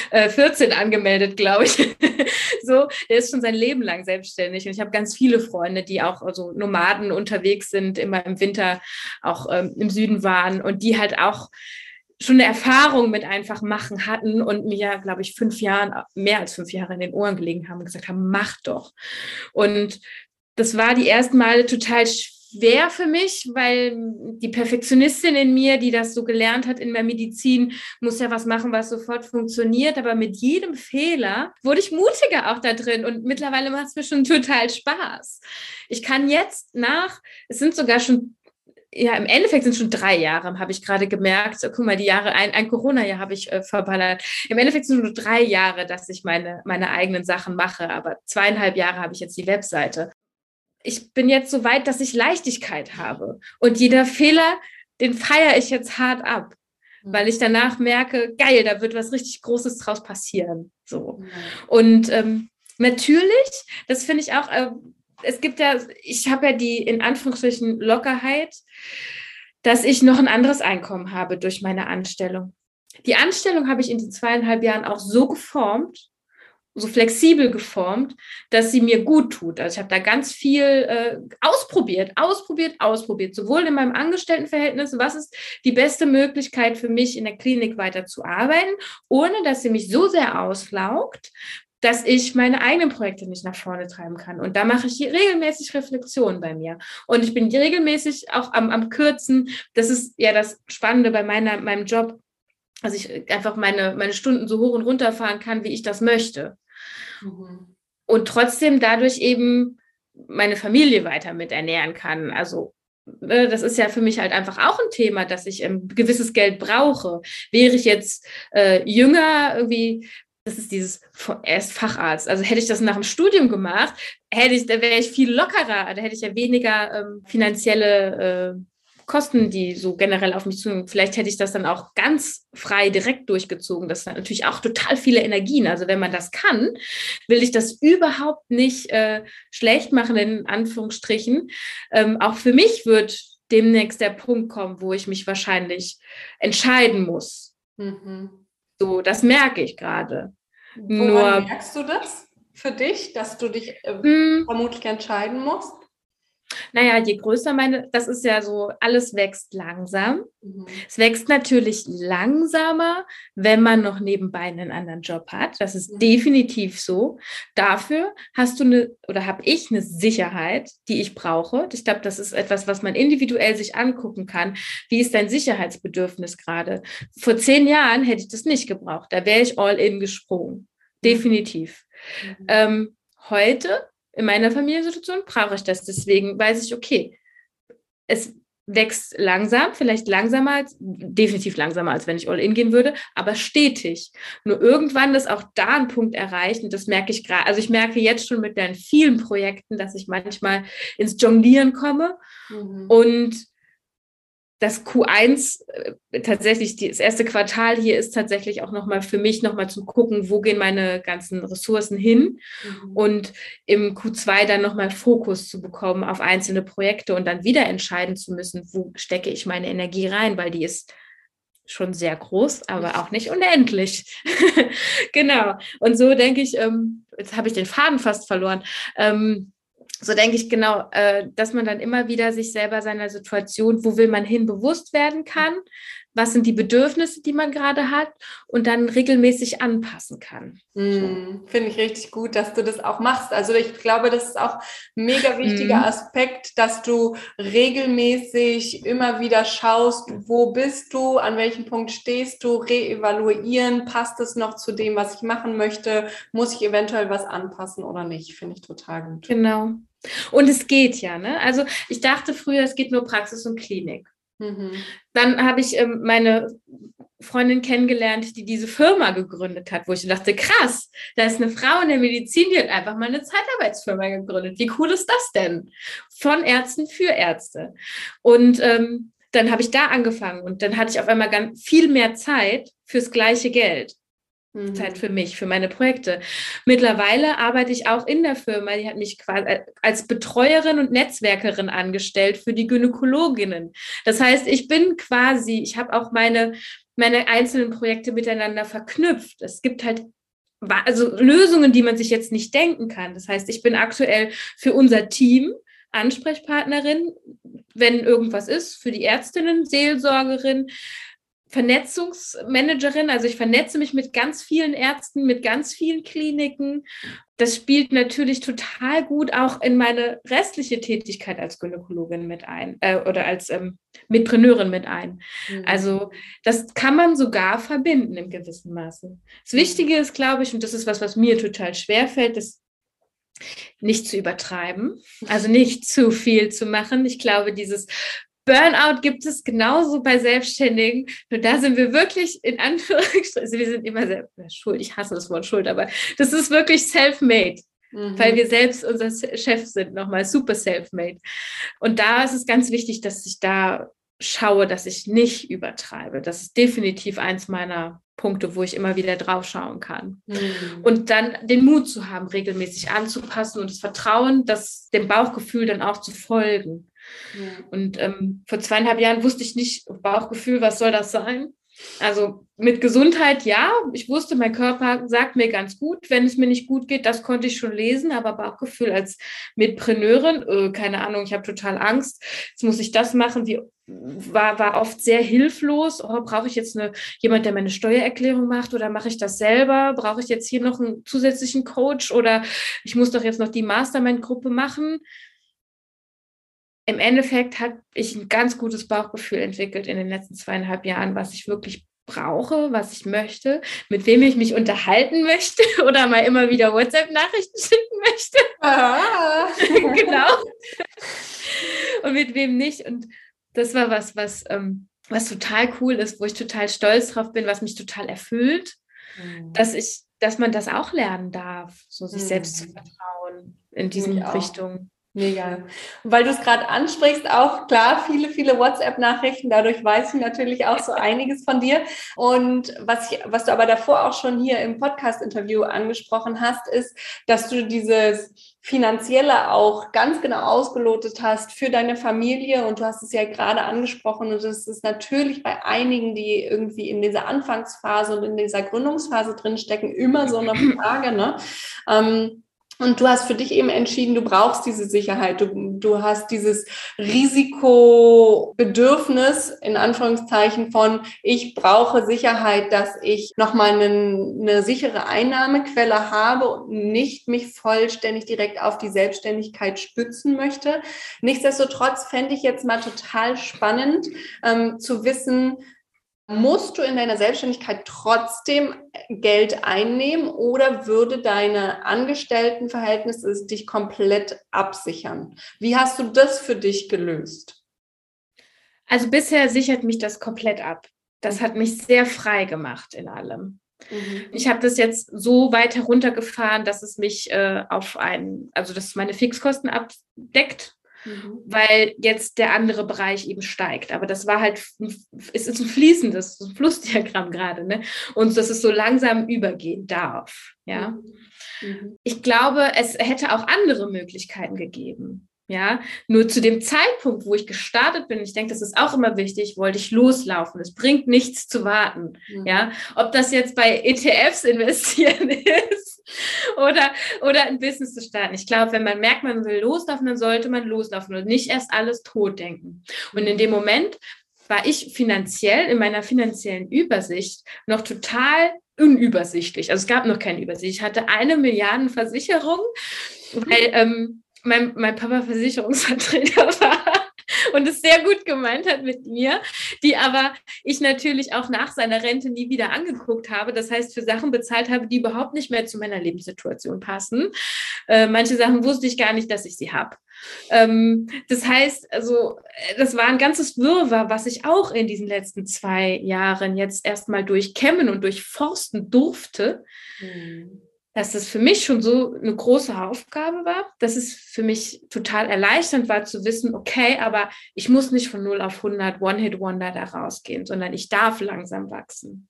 14 angemeldet, glaube ich. So, der ist schon sein Leben lang selbstständig. Und ich habe ganz viele Freunde, die auch also Nomaden unterwegs sind, immer im Winter auch im Süden waren, und die halt auch schon eine Erfahrung mit einfach machen hatten und mir, glaube ich, mehr als 5 Jahre in den Ohren gelegen haben und gesagt haben, mach doch. Und das war die ersten Male total schwer für mich, weil die Perfektionistin in mir, die das so gelernt hat in der Medizin, muss ja was machen, was sofort funktioniert. Aber mit jedem Fehler wurde ich mutiger auch da drin, und mittlerweile macht es mir schon total Spaß. Ich kann jetzt es sind sogar schon, ja, im Endeffekt sind es schon 3 Jahre, habe ich gerade gemerkt. Guck mal, die Jahre, ein Corona-Jahr habe ich verballert. Im Endeffekt sind es nur 3 Jahre, dass ich meine eigenen Sachen mache, aber 2,5 Jahre habe ich jetzt die Webseite. Ich bin jetzt so weit, dass ich Leichtigkeit habe. Und jeder Fehler, den feiere ich jetzt hart ab, weil ich danach merke, geil, da wird was richtig Großes draus passieren. So. Und natürlich, das finde ich auch, ich habe ja die in Anführungsstrichen Lockerheit, dass ich noch ein anderes Einkommen habe durch meine Anstellung. Die Anstellung habe ich in den 2,5 Jahren auch so geformt, so flexibel geformt, dass sie mir gut tut. Also ich habe da ganz viel ausprobiert, sowohl in meinem Angestelltenverhältnis, was ist die beste Möglichkeit für mich in der Klinik weiter zu arbeiten, ohne dass sie mich so sehr auslaugt, dass ich meine eigenen Projekte nicht nach vorne treiben kann. Und da mache ich regelmäßig Reflexionen bei mir. Und ich bin regelmäßig auch am Kürzen. Das ist ja das Spannende bei meinem Job, dass ich einfach meine Stunden so hoch und runter fahren kann, wie ich das möchte. Mhm. Und trotzdem dadurch eben meine Familie weiter mit ernähren kann. Also das ist ja für mich halt einfach auch ein Thema, dass ich gewisses Geld brauche. Wäre ich jetzt jünger, irgendwie, das ist er ist Facharzt. Also hätte ich das nach dem Studium gemacht, da wäre ich viel lockerer, da hätte ich ja weniger finanzielle Kosten, die so generell auf mich zukommen. Vielleicht hätte ich das dann auch ganz frei direkt durchgezogen. Das hat natürlich auch total viele Energien. Also wenn man das kann, will ich das überhaupt nicht schlecht machen, in Anführungsstrichen. Auch für mich wird demnächst der Punkt kommen, wo ich mich wahrscheinlich entscheiden muss. So, das merke ich gerade. Woran merkst du das für dich, dass du dich vermutlich entscheiden musst? Naja, je größer das ist ja so, alles wächst langsam. Es wächst natürlich langsamer, wenn man noch nebenbei einen anderen Job hat. Das ist definitiv so. Dafür hast du habe ich eine Sicherheit, die ich brauche. Ich glaube, das ist etwas, was man individuell sich angucken kann. Wie ist dein Sicherheitsbedürfnis gerade? Vor 10 Jahren hätte ich das nicht gebraucht. Da wäre ich all in gesprungen. Definitiv. Heute in meiner Familiensituation brauche ich das. Deswegen weiß ich, okay, es wächst langsam, vielleicht definitiv langsamer, als wenn ich all in gehen würde, aber stetig. Nur irgendwann ist auch da ein Punkt erreicht und das merke ich gerade. Also ich merke jetzt schon mit den vielen Projekten, dass ich manchmal ins Jonglieren komme und das Q1 tatsächlich, das erste Quartal hier ist tatsächlich auch nochmal für mich nochmal zum Gucken, wo gehen meine ganzen Ressourcen hin und im Q2 dann nochmal Fokus zu bekommen auf einzelne Projekte und dann wieder entscheiden zu müssen, wo stecke ich meine Energie rein, weil die ist schon sehr groß, aber auch nicht unendlich. Genau. Und so denke ich, jetzt habe ich den Faden fast verloren, so denke ich genau, dass man dann immer wieder sich selber seiner Situation, wo will man hin, bewusst werden kann, was sind die Bedürfnisse, die man gerade hat und dann regelmäßig anpassen kann. Finde ich richtig gut, dass du das auch machst. Also ich glaube, das ist auch ein mega wichtiger Aspekt, dass du regelmäßig immer wieder schaust, wo bist du, an welchem Punkt stehst du, reevaluieren, passt es noch zu dem, was ich machen möchte, muss ich eventuell was anpassen oder nicht, finde ich total gut. Genau. Und es geht ja, ne? Also ich dachte früher, es geht nur Praxis und Klinik. Dann habe ich meine Freundin kennengelernt, die diese Firma gegründet hat, wo ich dachte, krass, da ist eine Frau in der Medizin, die hat einfach mal eine Zeitarbeitsfirma gegründet. Wie cool ist das denn? Von Ärzten für Ärzte. Und dann habe ich da angefangen und dann hatte ich auf einmal ganz viel mehr Zeit fürs gleiche Geld. Zeit für mich, für meine Projekte. Mittlerweile arbeite ich auch in der Firma, die hat mich quasi als Betreuerin und Netzwerkerin angestellt für die Gynäkologinnen. Das heißt, ich habe auch meine einzelnen Projekte miteinander verknüpft. Es gibt halt Lösungen, die man sich jetzt nicht denken kann. Das heißt, ich bin aktuell für unser Team Ansprechpartnerin, wenn irgendwas ist, für die Ärztinnen, Seelsorgerin, Vernetzungsmanagerin, also ich vernetze mich mit ganz vielen Ärzten, mit ganz vielen Kliniken. Das spielt natürlich total gut auch in meine restliche Tätigkeit als Gynäkologin mit ein oder als Mitpreneurin mit ein. Also das kann man sogar verbinden im gewissen Maße. Das Wichtige ist, glaube ich, und das ist was mir total schwerfällt, ist nicht zu übertreiben, also nicht zu viel zu machen. Ich glaube, dieses Burnout gibt es genauso bei Selbstständigen. Nur da sind wir wirklich in Anführungsstrichen, also wir sind immer selber schuld. Ich hasse das Wort Schuld, aber das ist wirklich self-made, weil wir selbst unser Chef sind, nochmal super self-made. Und da ist es ganz wichtig, dass ich da schaue, dass ich nicht übertreibe. Das ist definitiv eins meiner Punkte, wo ich immer wieder drauf schauen kann. Und dann den Mut zu haben, regelmäßig anzupassen und das Vertrauen, dem Bauchgefühl dann auch zu folgen. Und vor 2,5 Jahren wusste ich nicht, Bauchgefühl, was soll das sein? Also mit Gesundheit, ja, ich wusste, mein Körper sagt mir ganz gut, wenn es mir nicht gut geht, das konnte ich schon lesen, aber Bauchgefühl als Mitpreneurin, keine Ahnung, ich habe total Angst, jetzt muss ich das machen, war oft sehr hilflos, brauche ich jetzt jemand, der meine Steuererklärung macht oder mache ich das selber, brauche ich jetzt hier noch einen zusätzlichen Coach oder ich muss doch jetzt noch die Mastermind-Gruppe machen. Im Endeffekt habe ich ein ganz gutes Bauchgefühl entwickelt in den letzten 2,5 Jahren, was ich wirklich brauche, was ich möchte, mit wem ich mich unterhalten möchte oder mal immer wieder WhatsApp-Nachrichten schicken möchte. Genau. Und mit wem nicht. Und das war was total cool ist, wo ich total stolz drauf bin, was mich total erfüllt, dass man das auch lernen darf, so sich selbst zu vertrauen in diesen Richtungen. Mega. Weil du es gerade ansprichst, auch klar, viele, viele WhatsApp-Nachrichten, dadurch weiß ich natürlich auch so einiges von dir. Und was du aber davor auch schon hier im Podcast-Interview angesprochen hast, ist, dass du dieses Finanzielle auch ganz genau ausgelotet hast für deine Familie. Und du hast es ja gerade angesprochen. Und das ist natürlich bei einigen, die irgendwie in dieser Anfangsphase und in dieser Gründungsphase drinstecken, immer so eine Frage, ne? Und du hast für dich eben entschieden, du brauchst diese Sicherheit, du hast dieses Risikobedürfnis, in Anführungszeichen, von ich brauche Sicherheit, dass ich nochmal eine sichere Einnahmequelle habe und nicht mich vollständig direkt auf die Selbstständigkeit stützen möchte. Nichtsdestotrotz fände ich jetzt mal total spannend, zu wissen, musst du in deiner Selbstständigkeit trotzdem Geld einnehmen oder würde deine Angestelltenverhältnisse dich komplett absichern? Wie hast du das für dich gelöst? Also bisher sichert mich das komplett ab. Das hat mich sehr frei gemacht in allem. Ich habe das jetzt so weit heruntergefahren, dass es mich dass es meine Fixkosten abdeckt. Weil jetzt der andere Bereich eben steigt. Aber das war halt, es ist ein fließendes, ein Flussdiagramm gerade, ne? Und dass es so langsam übergehen darf, ja. Ich glaube, es hätte auch andere Möglichkeiten gegeben. Ja, nur zu dem Zeitpunkt, wo ich gestartet bin, ich denke, das ist auch immer wichtig, wollte ich loslaufen. Es bringt nichts zu warten. Ja, ob das jetzt bei ETFs investieren ist oder ein Business zu starten. Ich glaube, wenn man merkt, man will loslaufen, dann sollte man loslaufen und nicht erst alles tot denken. Und in dem Moment war ich finanziell, in meiner finanziellen Übersicht noch total unübersichtlich. Also es gab noch keine Übersicht. Ich hatte 1 Milliarden Versicherung, weil mein Papa Versicherungsvertreter war und es sehr gut gemeint hat mit mir, die aber ich natürlich auch nach seiner Rente nie wieder angeguckt habe. Das heißt, für Sachen bezahlt habe, die überhaupt nicht mehr zu meiner Lebenssituation passen. Manche Sachen wusste ich gar nicht, dass ich sie habe. Das heißt, also das war ein ganzes Wirrwarr, was ich auch in diesen letzten 2 Jahren jetzt erstmal durchkämmen und durchforsten durfte. Dass das für mich schon so eine große Aufgabe war, dass es für mich total erleichternd war zu wissen, okay, aber ich muss nicht von 0 auf 100 One-Hit-Wonder da rausgehen, sondern ich darf langsam wachsen.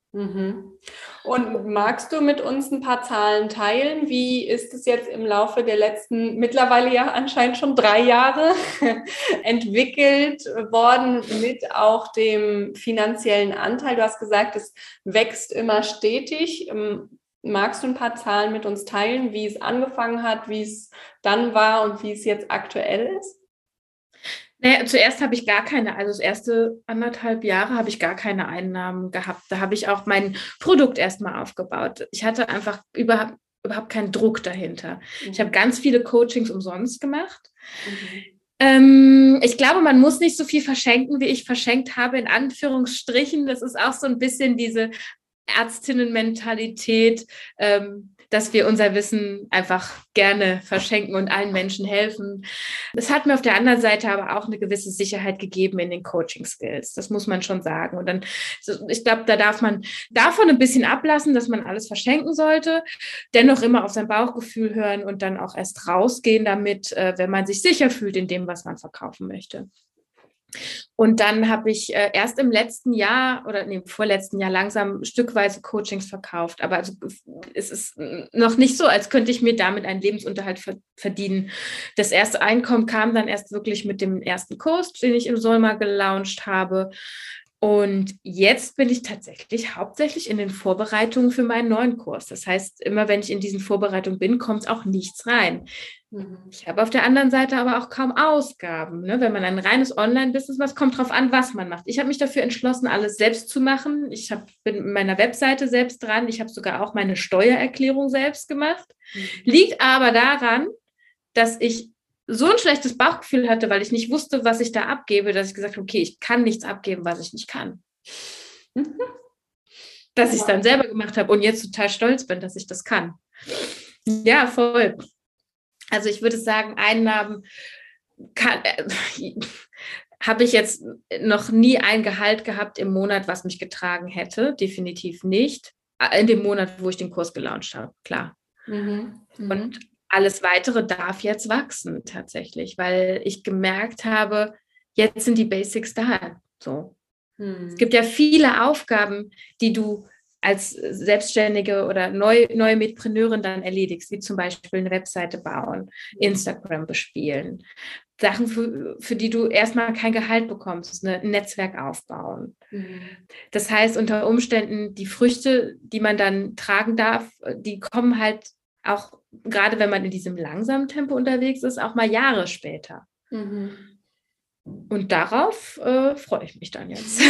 Und magst du mit uns ein paar Zahlen teilen? Wie ist es jetzt im Laufe der letzten, mittlerweile ja anscheinend schon 3 Jahre, entwickelt worden mit auch dem finanziellen Anteil? Du hast gesagt, es wächst immer stetig. Magst du ein paar Zahlen mit uns teilen, wie es angefangen hat, wie es dann war und wie es jetzt aktuell ist? Naja, zuerst habe ich gar keine, also das erste 1,5 Jahre habe ich gar keine Einnahmen gehabt. Da habe ich auch mein Produkt erstmal aufgebaut. Ich hatte einfach überhaupt keinen Druck dahinter. Ich habe ganz viele Coachings umsonst gemacht. Ich glaube, man muss nicht so viel verschenken, wie ich verschenkt habe, in Anführungsstrichen. Das ist auch so ein bisschen diese Ärztinnenmentalität, dass wir unser Wissen einfach gerne verschenken und allen Menschen helfen. Das hat mir auf der anderen Seite aber auch eine gewisse Sicherheit gegeben in den Coaching-Skills. Das muss man schon sagen. Und dann, ich glaube, da darf man davon ein bisschen ablassen, dass man alles verschenken sollte, dennoch immer auf sein Bauchgefühl hören und dann auch erst rausgehen damit, wenn man sich sicher fühlt in dem, was man verkaufen möchte. Und dann habe ich erst im letzten Jahr vorletzten Jahr langsam stückweise Coachings verkauft. Aber also, es ist noch nicht so, als könnte ich mir damit einen Lebensunterhalt verdienen. Das erste Einkommen kam dann erst wirklich mit dem ersten Kurs, den ich im Sommer gelauncht habe. Und jetzt bin ich tatsächlich hauptsächlich in den Vorbereitungen für meinen neuen Kurs. Das heißt, immer wenn ich in diesen Vorbereitungen bin, kommt auch nichts rein. Ich habe auf der anderen Seite aber auch kaum Ausgaben. Ne? Wenn man ein reines Online-Business macht, kommt drauf an, was man macht. Ich habe mich dafür entschlossen, alles selbst zu machen. Bin mit meiner Webseite selbst dran. Ich habe sogar auch meine Steuererklärung selbst gemacht. Liegt aber daran, dass ich so ein schlechtes Bauchgefühl hatte, weil ich nicht wusste, was ich da abgebe, dass ich gesagt habe, okay, ich kann nichts abgeben, was ich nicht kann. Dass ich es dann selber gemacht habe und jetzt total stolz bin, dass ich das kann. Ja, voll. Also ich würde sagen, Einnahmen habe ich jetzt noch nie ein Gehalt gehabt im Monat, was mich getragen hätte. Definitiv nicht. In dem Monat, wo ich den Kurs gelauncht habe, klar. Und alles Weitere darf jetzt wachsen tatsächlich, weil ich gemerkt habe, jetzt sind die Basics da. So. Es gibt ja viele Aufgaben, die du als Selbstständige oder neue Mitpreneurin dann erledigst, wie zum Beispiel eine Webseite bauen, Instagram bespielen, Sachen, für die du erstmal kein Gehalt bekommst, ein Netzwerk aufbauen. Das heißt, unter Umständen, die Früchte, die man dann tragen darf, die kommen halt auch, gerade wenn man in diesem langsamen Tempo unterwegs ist, auch mal Jahre später. Und darauf freue ich mich dann jetzt.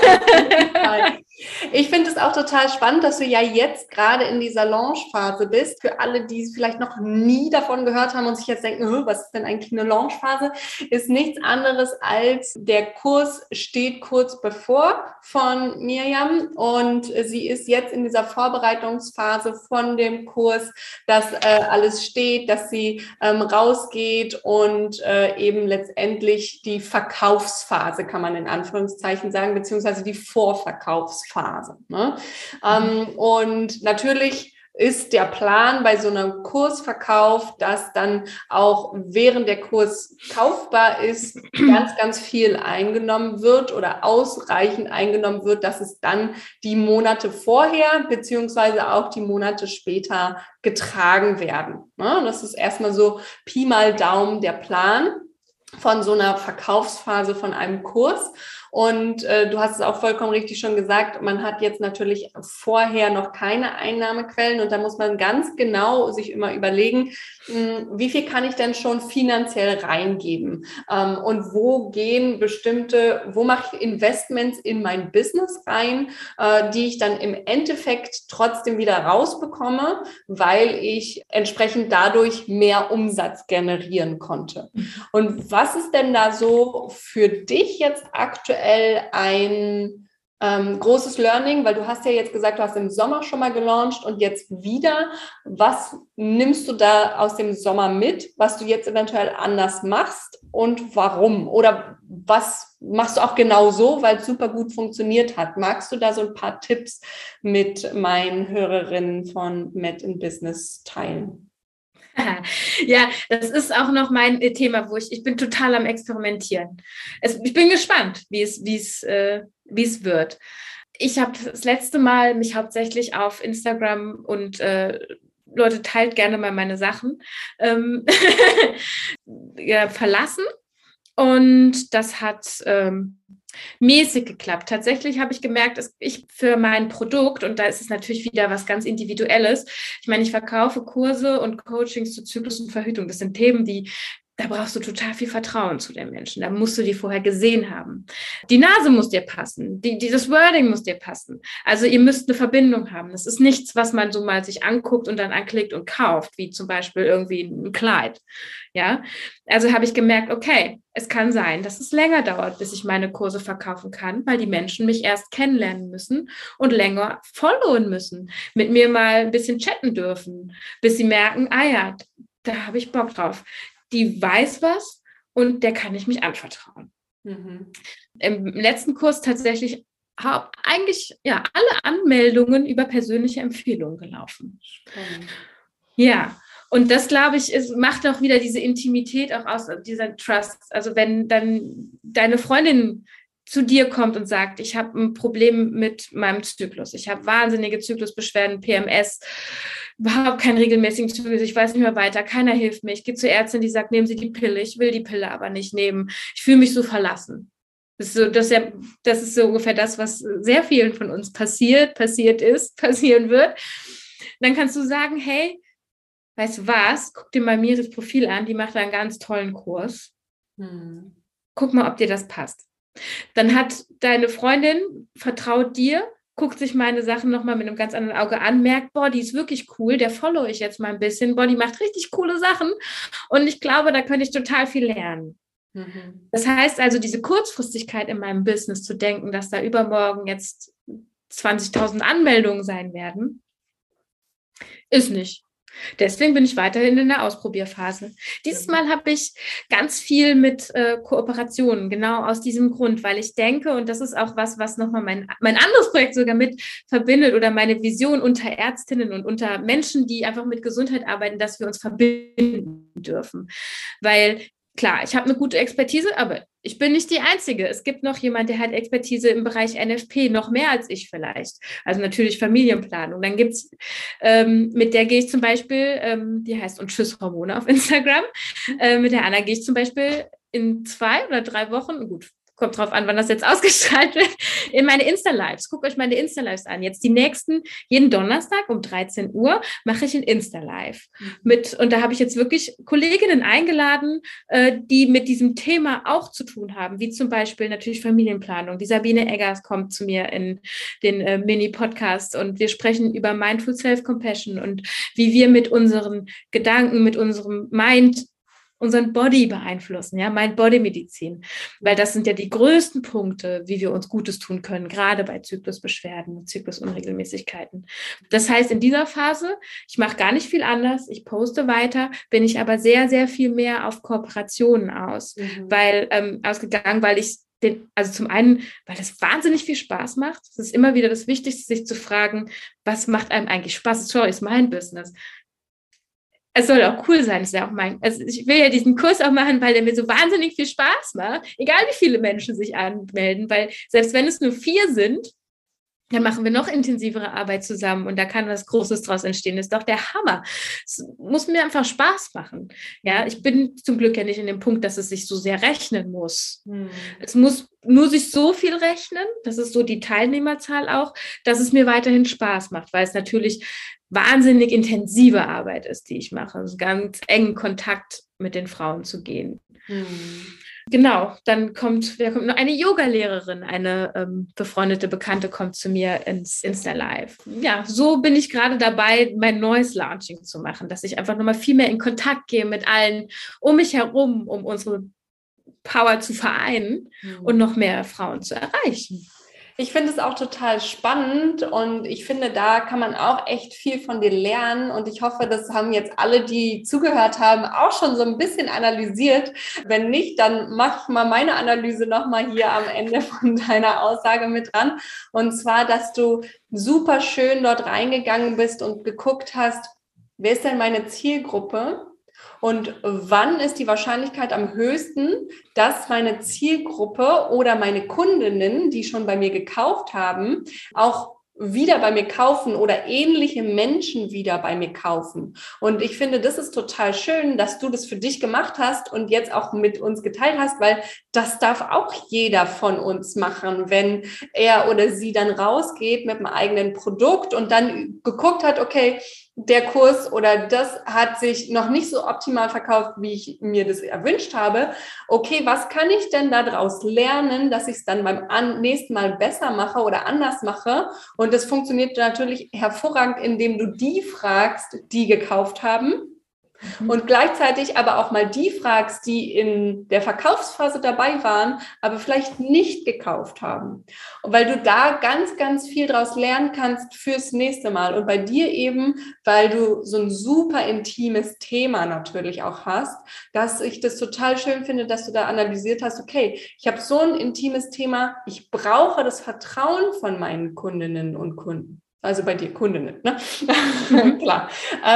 Ich finde es auch total spannend, dass du ja jetzt gerade in dieser Launchphase bist. Für alle, die vielleicht noch nie davon gehört haben und sich jetzt denken, was ist denn eigentlich eine Launchphase? Ist nichts anderes als der Kurs steht kurz bevor von Mirjam und sie ist jetzt in dieser Vorbereitungsphase von dem Kurs, dass alles steht, dass sie rausgeht und eben letztendlich die Verkaufsphase, kann man in Anführungszeichen sagen, beziehungsweise die Vorverkaufsphase. Ne? Und natürlich ist der Plan bei so einem Kursverkauf, dass dann auch während der Kurs kaufbar ist, ganz, ganz viel eingenommen wird oder ausreichend eingenommen wird, dass es dann die Monate vorher beziehungsweise auch die Monate später getragen werden. Ne? Das ist erstmal so Pi mal Daumen der Plan von so einer Verkaufsphase von einem Kurs. Und du hast es auch vollkommen richtig schon gesagt, man hat jetzt natürlich vorher noch keine Einnahmequellen und da muss man ganz genau sich immer überlegen, wie viel kann ich denn schon finanziell reingeben und wo mache ich Investments in mein Business rein, die ich dann im Endeffekt trotzdem wieder rausbekomme, weil ich entsprechend dadurch mehr Umsatz generieren konnte. Und was ist denn da so für dich jetzt aktuell ein großes Learning, weil du hast ja jetzt gesagt, du hast im Sommer schon mal gelauncht und jetzt wieder. Was nimmst du da aus dem Sommer mit, was du jetzt eventuell anders machst und warum? Oder was machst du auch genau so, weil es super gut funktioniert hat? Magst du da so ein paar Tipps mit meinen Hörerinnen von Met in Business teilen? Ja, das ist auch noch mein Thema, wo ich bin total am Experimentieren. Ich bin gespannt, wie es wird. Ich habe das letzte Mal mich hauptsächlich auf Instagram und Leute, teilt gerne mal meine Sachen, ja, verlassen. Und das hat mäßig geklappt. Tatsächlich habe ich gemerkt, dass ich für mein Produkt, und da ist es natürlich wieder was ganz Individuelles, ich meine, ich verkaufe Kurse und Coachings zu Zyklus und Verhütung. Das sind Themen, da brauchst du total viel Vertrauen zu den Menschen. Da musst du die vorher gesehen haben. Die Nase muss dir passen. Das Wording muss dir passen. Also ihr müsst eine Verbindung haben. Das ist nichts, was man so mal sich anguckt und dann anklickt und kauft, wie zum Beispiel irgendwie ein Kleid. Ja, also habe ich gemerkt, okay, es kann sein, dass es länger dauert, bis ich meine Kurse verkaufen kann, weil die Menschen mich erst kennenlernen müssen und länger followen müssen, mit mir mal ein bisschen chatten dürfen, bis sie merken, ja, da habe ich Bock drauf. Die weiß was und der kann ich mich anvertrauen. Im letzten Kurs tatsächlich eigentlich alle Anmeldungen über persönliche Empfehlungen gelaufen. Ja, und das, glaube ich, macht auch wieder diese Intimität auch aus, dieser Trust. Also wenn dann deine Freundin zu dir kommt und sagt, ich habe ein Problem mit meinem Zyklus, ich habe wahnsinnige Zyklusbeschwerden, PMS, überhaupt keinen regelmäßigen Zyklus, ich weiß nicht mehr weiter, keiner hilft mir, ich gehe zur Ärztin, die sagt, nehmen Sie die Pille, ich will die Pille aber nicht nehmen, ich fühle mich so verlassen. Das ist so ungefähr das, was sehr vielen von uns passieren wird. Dann kannst du sagen, hey, weißt du was, guck dir mal Miris Profil an, die macht einen ganz tollen Kurs. Guck mal, ob dir das passt. Dann hat deine Freundin, vertraut dir, guckt sich meine Sachen nochmal mit einem ganz anderen Auge an, merkt, boah, die ist wirklich cool, der follow ich jetzt mal ein bisschen, boah, die macht richtig coole Sachen und ich glaube, da könnte ich total viel lernen. Das heißt also, diese Kurzfristigkeit in meinem Business zu denken, dass da übermorgen jetzt 20.000 Anmeldungen sein werden, ist nicht. Deswegen bin ich weiterhin in der Ausprobierphase. Dieses Mal habe ich ganz viel mit Kooperationen, genau aus diesem Grund, weil ich denke, und das ist auch was nochmal mein anderes Projekt sogar mit verbindet oder meine Vision unter Ärztinnen und unter Menschen, die einfach mit Gesundheit arbeiten, dass wir uns verbinden dürfen. Weil klar, ich habe eine gute Expertise, aber ich bin nicht die Einzige. Es gibt noch jemand, der hat Expertise im Bereich NFP, noch mehr als ich vielleicht. Also natürlich Familienplanung. Dann gibt es, mit der gehe ich zum Beispiel, die heißt und Tschüss Hormone auf Instagram. Mit der Anna gehe ich zum Beispiel in 2 oder 3 Wochen, gut, kommt drauf an, wann das jetzt ausgestrahlt wird, in meine Insta-Lives. Guckt euch meine Insta-Lives an. Jetzt die nächsten, jeden Donnerstag um 13 Uhr mache ich ein Insta-Live. Und da habe ich jetzt wirklich Kolleginnen eingeladen, die mit diesem Thema auch zu tun haben, wie zum Beispiel natürlich Familienplanung. Die Sabine Eggers kommt zu mir in den Mini-Podcast und wir sprechen über Mindful Self-Compassion und wie wir mit unseren Gedanken, mit unserem Mind unseren Body beeinflussen, ja, Mind-Body-Medizin, weil das sind ja die größten Punkte, wie wir uns Gutes tun können, gerade bei Zyklusbeschwerden, Zyklusunregelmäßigkeiten. Das heißt, in dieser Phase, ich mache gar nicht viel anders, ich poste weiter, bin ich aber sehr, sehr viel mehr auf Kooperationen ausgegangen, weil ich also zum einen, weil das wahnsinnig viel Spaß macht. Es ist immer wieder das Wichtigste, sich zu fragen, was macht einem eigentlich Spaß? Sorry, ist mein Business. Es soll auch cool sein, ist ja auch also ich will ja diesen Kurs auch machen, weil der mir so wahnsinnig viel Spaß macht, egal wie viele Menschen sich anmelden, weil selbst wenn es nur 4 sind, dann machen wir noch intensivere Arbeit zusammen und da kann was Großes draus entstehen. Das ist doch der Hammer. Es muss mir einfach Spaß machen. Ja, ich bin zum Glück ja nicht in dem Punkt, dass es sich so sehr rechnen muss. Es muss nur sich so viel rechnen, das ist so die Teilnehmerzahl auch, dass es mir weiterhin Spaß macht, weil es natürlich wahnsinnig intensive Arbeit ist, die ich mache. Also ganz engen Kontakt mit den Frauen zu gehen. Genau, dann kommt noch eine Yoga-Lehrerin, eine befreundete Bekannte kommt zu mir ins Insta-Live. Ja, so bin ich gerade dabei, mein neues Launching zu machen, dass ich einfach nochmal viel mehr in Kontakt gehe mit allen um mich herum, um unsere Power zu vereinen und noch mehr Frauen zu erreichen. Ich finde es auch total spannend und ich finde, da kann man auch echt viel von dir lernen und ich hoffe, das haben jetzt alle, die zugehört haben, auch schon so ein bisschen analysiert. Wenn nicht, dann mache ich mal meine Analyse nochmal hier am Ende von deiner Aussage mit dran und zwar, dass du super schön dort reingegangen bist und geguckt hast, wer ist denn meine Zielgruppe? Und wann ist die Wahrscheinlichkeit am höchsten, dass meine Zielgruppe oder meine Kundinnen, die schon bei mir gekauft haben, auch wieder bei mir kaufen oder ähnliche Menschen wieder bei mir kaufen. Und ich finde, das ist total schön, dass du das für dich gemacht hast und jetzt auch mit uns geteilt hast, weil das darf auch jeder von uns machen, wenn er oder sie dann rausgeht mit einem eigenen Produkt und dann geguckt hat, okay, der Kurs oder das hat sich noch nicht so optimal verkauft, wie ich mir das erwünscht habe. Okay, was kann ich denn daraus lernen, dass ich es dann beim nächsten Mal besser mache oder anders mache? Und das funktioniert natürlich hervorragend, indem du die fragst, die gekauft haben. Und gleichzeitig aber auch mal die fragst, die in der Verkaufsphase dabei waren, aber vielleicht nicht gekauft haben. Und weil du da ganz, ganz viel draus lernen kannst fürs nächste Mal. Und bei dir eben, weil du so ein super intimes Thema natürlich auch hast, dass ich das total schön finde, dass du da analysiert hast, okay, ich habe so ein intimes Thema, ich brauche das Vertrauen von meinen Kundinnen und Kunden. Also bei dir Kundinnen, ne? Klar.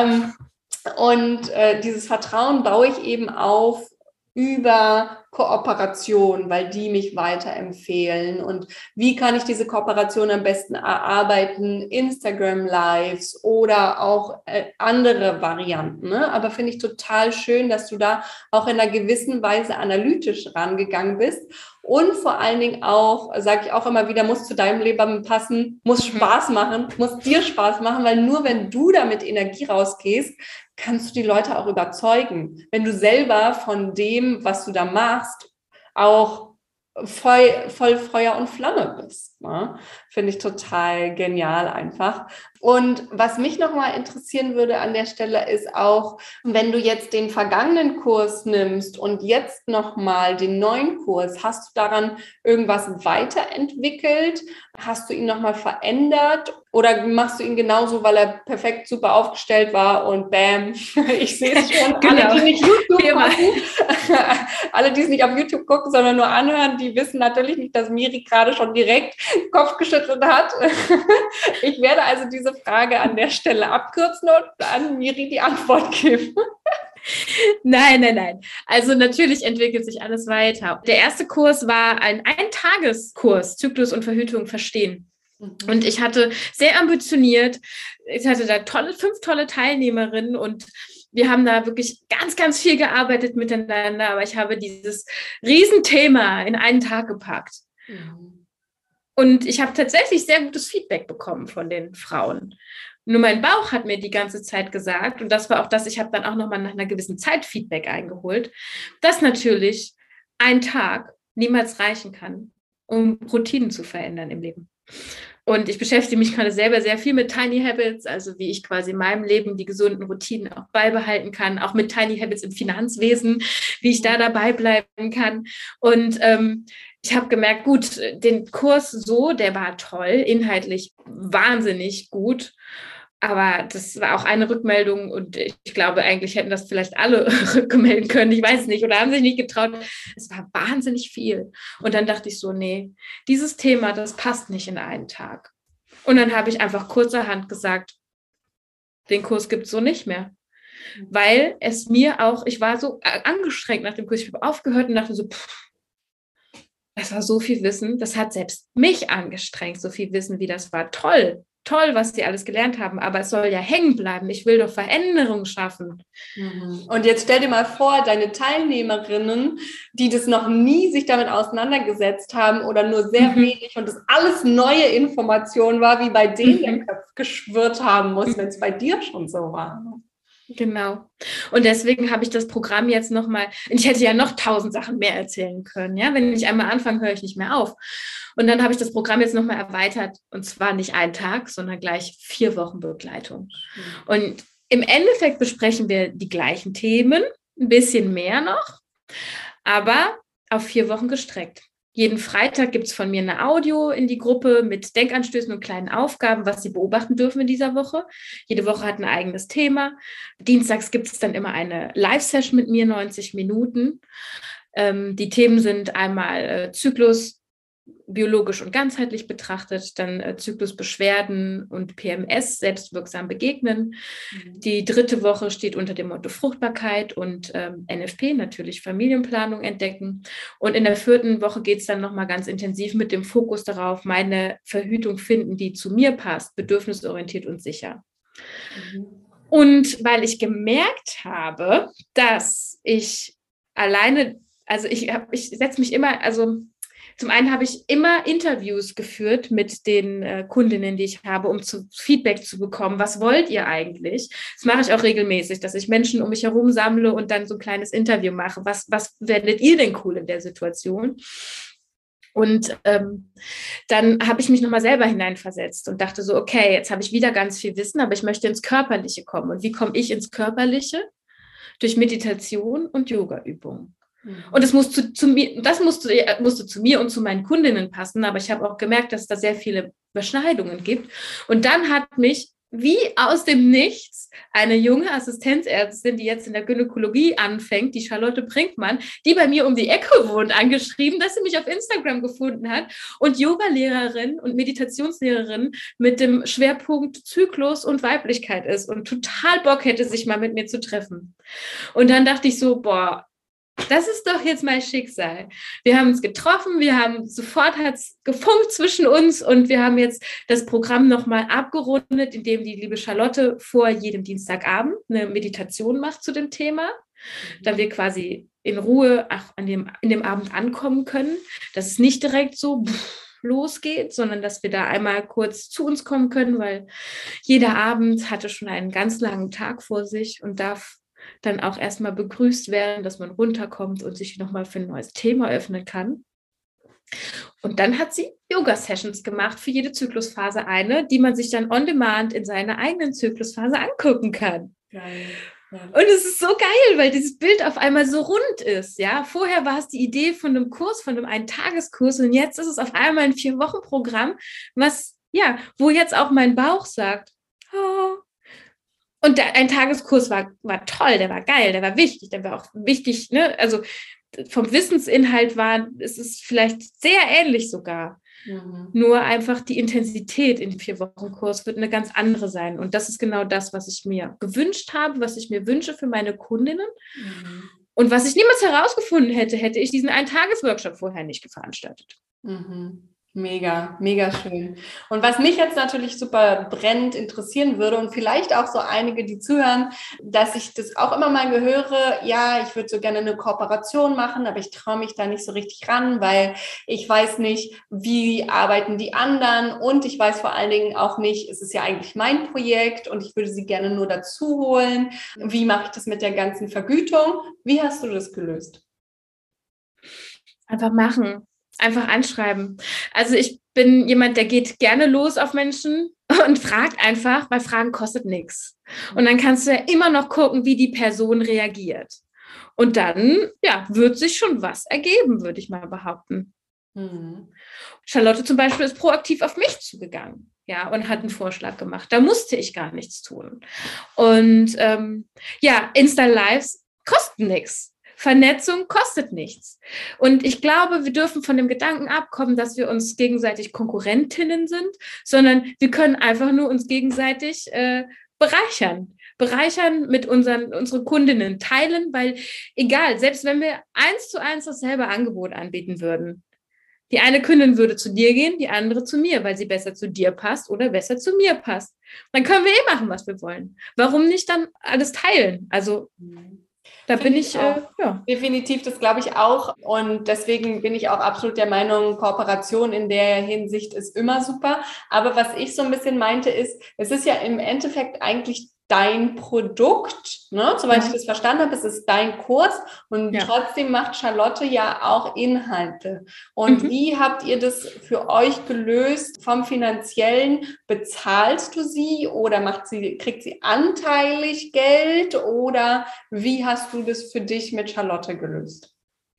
Und dieses Vertrauen baue ich eben auf über Kooperation, weil die mich weiterempfehlen. Und wie kann ich diese Kooperation am besten erarbeiten? Instagram Lives oder auch andere Varianten. Ne? Aber finde ich total schön, dass du da auch in einer gewissen Weise analytisch rangegangen bist. Und vor allen Dingen auch, sage ich auch immer wieder, muss zu deinem Leben passen, muss Spaß machen, muss dir Spaß machen, weil nur wenn du da mit Energie rausgehst, kannst du die Leute auch überzeugen. Wenn du selber von dem, was du da machst, auch voll Feuer und Flamme bist. Ne? Finde ich total genial einfach. Und was mich nochmal interessieren würde an der Stelle ist auch, wenn du jetzt den vergangenen Kurs nimmst und jetzt nochmal den neuen Kurs, hast du daran irgendwas weiterentwickelt? Hast du ihn nochmal verändert? Oder machst du ihn genauso, weil er perfekt super aufgestellt war und bam, ich sehe es schon. Genau. Alle, die nicht YouTube gucken, alle, die es nicht auf YouTube gucken, sondern nur anhören, die wissen natürlich nicht, dass Miri gerade schon direkt Kopf geschüttelt hat. Ich werde also diese Frage an der Stelle abkürzen und an Miri die Antwort geben. Nein. Also natürlich entwickelt sich alles weiter. Der erste Kurs war ein Eintageskurs, Zyklus und Verhütung verstehen. Und ich hatte sehr ambitioniert, ich hatte da 5 tolle Teilnehmerinnen und wir haben da wirklich ganz, ganz viel gearbeitet miteinander, aber ich habe dieses Riesenthema in einen Tag gepackt. Und ich habe tatsächlich sehr gutes Feedback bekommen von den Frauen. Nur mein Bauch hat mir die ganze Zeit gesagt, und das war auch das, ich habe dann auch nochmal nach einer gewissen Zeit Feedback eingeholt, dass natürlich ein Tag niemals reichen kann, um Routinen zu verändern im Leben. Und ich beschäftige mich gerade selber sehr viel mit Tiny Habits, also wie ich quasi in meinem Leben die gesunden Routinen auch beibehalten kann, auch mit Tiny Habits im Finanzwesen, wie ich da dabei bleiben kann. Und ich habe gemerkt, gut, den Kurs so, der war toll, inhaltlich wahnsinnig gut. Aber das war auch eine Rückmeldung und ich glaube, eigentlich hätten das vielleicht alle rückmelden können, ich weiß nicht, oder haben sich nicht getraut. Es war wahnsinnig viel. Und dann dachte ich so, nee, dieses Thema, das passt nicht in einen Tag. Und dann habe ich einfach kurzerhand gesagt, den Kurs gibt es so nicht mehr. Weil es mir auch, ich war so angestrengt nach dem Kurs, ich habe aufgehört und dachte so, das war so viel Wissen, das hat selbst mich angestrengt, so viel Wissen, wie das war. Toll, was die alles gelernt haben, aber es soll ja hängen bleiben. Ich will doch Veränderung schaffen. Und jetzt stell dir mal vor, deine Teilnehmerinnen, die das noch nie sich damit auseinandergesetzt haben oder nur sehr wenig und das alles neue Information war, wie bei denen der Kopf geschwirrt haben muss, wenn es bei dir schon so war. Genau. Und deswegen habe ich das Programm jetzt nochmal, ich hätte ja noch 1000 Sachen mehr erzählen können, ja, wenn ich einmal anfange, höre ich nicht mehr auf. Und dann habe ich das Programm jetzt nochmal erweitert und zwar nicht einen Tag, sondern gleich 4 Wochen Begleitung. Und im Endeffekt besprechen wir die gleichen Themen, ein bisschen mehr noch, aber auf 4 Wochen gestreckt. Jeden Freitag gibt es von mir eine Audio in die Gruppe mit Denkanstößen und kleinen Aufgaben, was Sie beobachten dürfen in dieser Woche. Jede Woche hat ein eigenes Thema. Dienstags gibt es dann immer eine Live-Session mit mir, 90 Minuten. Die Themen sind einmal Zyklus, biologisch und ganzheitlich betrachtet, dann Zyklusbeschwerden und PMS, selbstwirksam begegnen. Die 3. Woche steht unter dem Motto Fruchtbarkeit und NFP, natürlich Familienplanung entdecken. Und in der 4. Woche geht es dann nochmal ganz intensiv mit dem Fokus darauf, meine Verhütung finden, die zu mir passt, bedürfnisorientiert und sicher. Und weil ich gemerkt habe, dass ich alleine, also ich setze mich immer, also zum einen habe ich immer Interviews geführt mit den Kundinnen, die ich habe, um Feedback zu bekommen. Was wollt ihr eigentlich? Das mache ich auch regelmäßig, dass ich Menschen um mich herum sammle und dann so ein kleines Interview mache. Was werdet ihr denn cool in der Situation? Und dann habe ich mich nochmal selber hineinversetzt und dachte so, okay, jetzt habe ich wieder ganz viel Wissen, aber ich möchte ins Körperliche kommen. Und wie komme ich ins Körperliche? Durch Meditation und Yoga-Übungen. Und das musste zu mir und zu meinen Kundinnen passen, aber ich habe auch gemerkt, dass es da sehr viele Überschneidungen gibt. Und dann hat mich wie aus dem Nichts eine junge Assistenzärztin, die jetzt in der Gynäkologie anfängt, die Charlotte Brinkmann, die bei mir um die Ecke wohnt, angeschrieben, dass sie mich auf Instagram gefunden hat und Yoga-Lehrerin und Meditationslehrerin mit dem Schwerpunkt Zyklus und Weiblichkeit ist und total Bock hätte, sich mal mit mir zu treffen. Und dann dachte ich so, boah, das ist doch jetzt mein Schicksal. Wir haben uns getroffen, hat es gefunkt zwischen uns und wir haben jetzt das Programm nochmal abgerundet, indem die liebe Charlotte vor jedem Dienstagabend eine Meditation macht zu dem Thema, da wir quasi in Ruhe in dem Abend ankommen können, dass es nicht direkt so losgeht, sondern dass wir da einmal kurz zu uns kommen können, weil jeder Abend hatte schon einen ganz langen Tag vor sich und darf dann auch erstmal begrüßt werden, dass man runterkommt und sich nochmal für ein neues Thema öffnen kann. Und dann hat sie Yoga-Sessions gemacht für jede Zyklusphase eine, die man sich dann on demand in seiner eigenen Zyklusphase angucken kann. Geil. Ja. Und es ist so geil, weil dieses Bild auf einmal so rund ist, ja. Vorher war es die Idee von einem Kurs, von einem Eintageskurs und jetzt ist es auf einmal ein 4-Wochen-Programm, wo jetzt auch mein Bauch sagt, oh. Und der Eintageskurs war toll, der war geil, der war wichtig, der war auch wichtig, ne, also vom Wissensinhalt ist es vielleicht sehr ähnlich sogar. Nur einfach die Intensität in dem 4-Wochen-Kurs wird eine ganz andere sein. Und das ist genau das, was ich mir gewünscht habe, was ich mir wünsche für meine Kundinnen. Und was ich niemals herausgefunden hätte ich diesen Eintages-Workshop vorher nicht veranstaltet. Mega, mega schön. Und was mich jetzt natürlich super brennend interessieren würde und vielleicht auch so einige, die zuhören, dass ich das auch immer mal höre, ja, ich würde so gerne eine Kooperation machen, aber ich traue mich da nicht so richtig ran, weil ich weiß nicht, wie arbeiten die anderen und ich weiß vor allen Dingen auch nicht, es ist ja eigentlich mein Projekt und ich würde sie gerne nur dazu holen. Wie mache ich das mit der ganzen Vergütung? Wie hast du das gelöst? Einfach machen. Einfach anschreiben. Also ich bin jemand, der geht gerne los auf Menschen und fragt einfach, weil Fragen kostet nichts. Und dann kannst du ja immer noch gucken, wie die Person reagiert. Und dann, wird sich schon was ergeben, würde ich mal behaupten. Charlotte zum Beispiel ist proaktiv auf mich zugegangen, und hat einen Vorschlag gemacht. Da musste ich gar nichts tun. Und Insta-Lives kosten nichts. Vernetzung kostet nichts. Und ich glaube, wir dürfen von dem Gedanken abkommen, dass wir uns gegenseitig Konkurrentinnen sind, sondern wir können einfach nur uns gegenseitig bereichern. Bereichern mit unseren Kundinnen, teilen, weil egal, selbst wenn wir 1:1 dasselbe Angebot anbieten würden, die eine Kundin würde zu dir gehen, die andere zu mir, weil sie besser zu dir passt oder besser zu mir passt. Dann können wir machen, was wir wollen. Warum nicht dann alles teilen? Also da bin ich, definitiv, das glaube ich auch. Und deswegen bin ich auch absolut der Meinung, Kooperation in der Hinsicht ist immer super. Aber was ich so ein bisschen meinte, ist, es ist ja im Endeffekt eigentlich dein Produkt, ne? Soweit ich das verstanden habe, es ist dein Kurs und trotzdem macht Charlotte ja auch Inhalte. Und wie habt ihr das für euch gelöst vom Finanziellen? Bezahlst du sie oder kriegt sie anteilig Geld oder wie hast du das für dich mit Charlotte gelöst?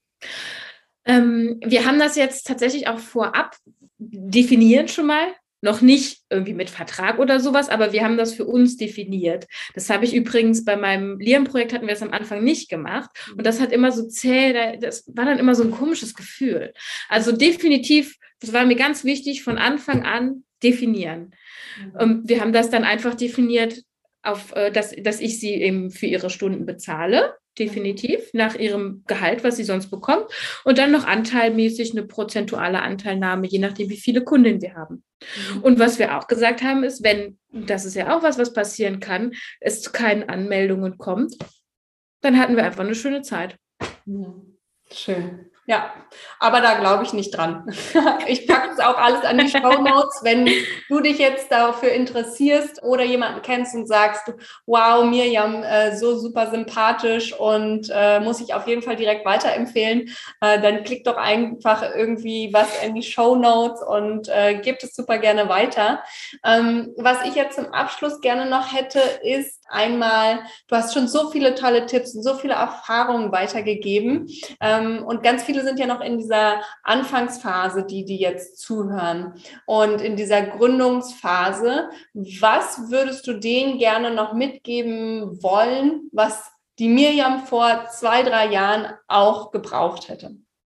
Wir haben das jetzt tatsächlich auch vorab definiert schon mal. Noch nicht irgendwie mit Vertrag oder sowas, aber wir haben das für uns definiert. Das habe ich übrigens bei meinem Lernprojekt hatten wir das am Anfang nicht gemacht. Und das hat immer so das war dann immer so ein komisches Gefühl. Also definitiv, das war mir ganz wichtig, von Anfang an definieren. Wir haben das dann einfach definiert, dass ich sie eben für ihre Stunden bezahle. Definitiv, nach ihrem Gehalt, was sie sonst bekommt. Und dann noch anteilmäßig eine prozentuale Anteilnahme, je nachdem, wie viele Kundinnen wir haben. Und was wir auch gesagt haben, ist, das ist ja auch was passieren kann, es zu keinen Anmeldungen kommt, dann hatten wir einfach eine schöne Zeit. Schön. Ja, aber da glaube ich nicht dran. Ich packe es auch alles an die Shownotes, wenn du dich jetzt dafür interessierst oder jemanden kennst und sagst, wow, Mirjam, so super sympathisch und muss ich auf jeden Fall direkt weiterempfehlen, dann klick doch einfach irgendwie was in die Shownotes und gebt es super gerne weiter. Was ich jetzt zum Abschluss gerne noch hätte, ist einmal, du hast schon so viele tolle Tipps und so viele Erfahrungen weitergegeben und ganz viele sind ja noch in dieser Anfangsphase, die jetzt zuhören und in dieser Gründungsphase. Was würdest du denen gerne noch mitgeben wollen, was die Mirjam vor 2-3 Jahren auch gebraucht hätte?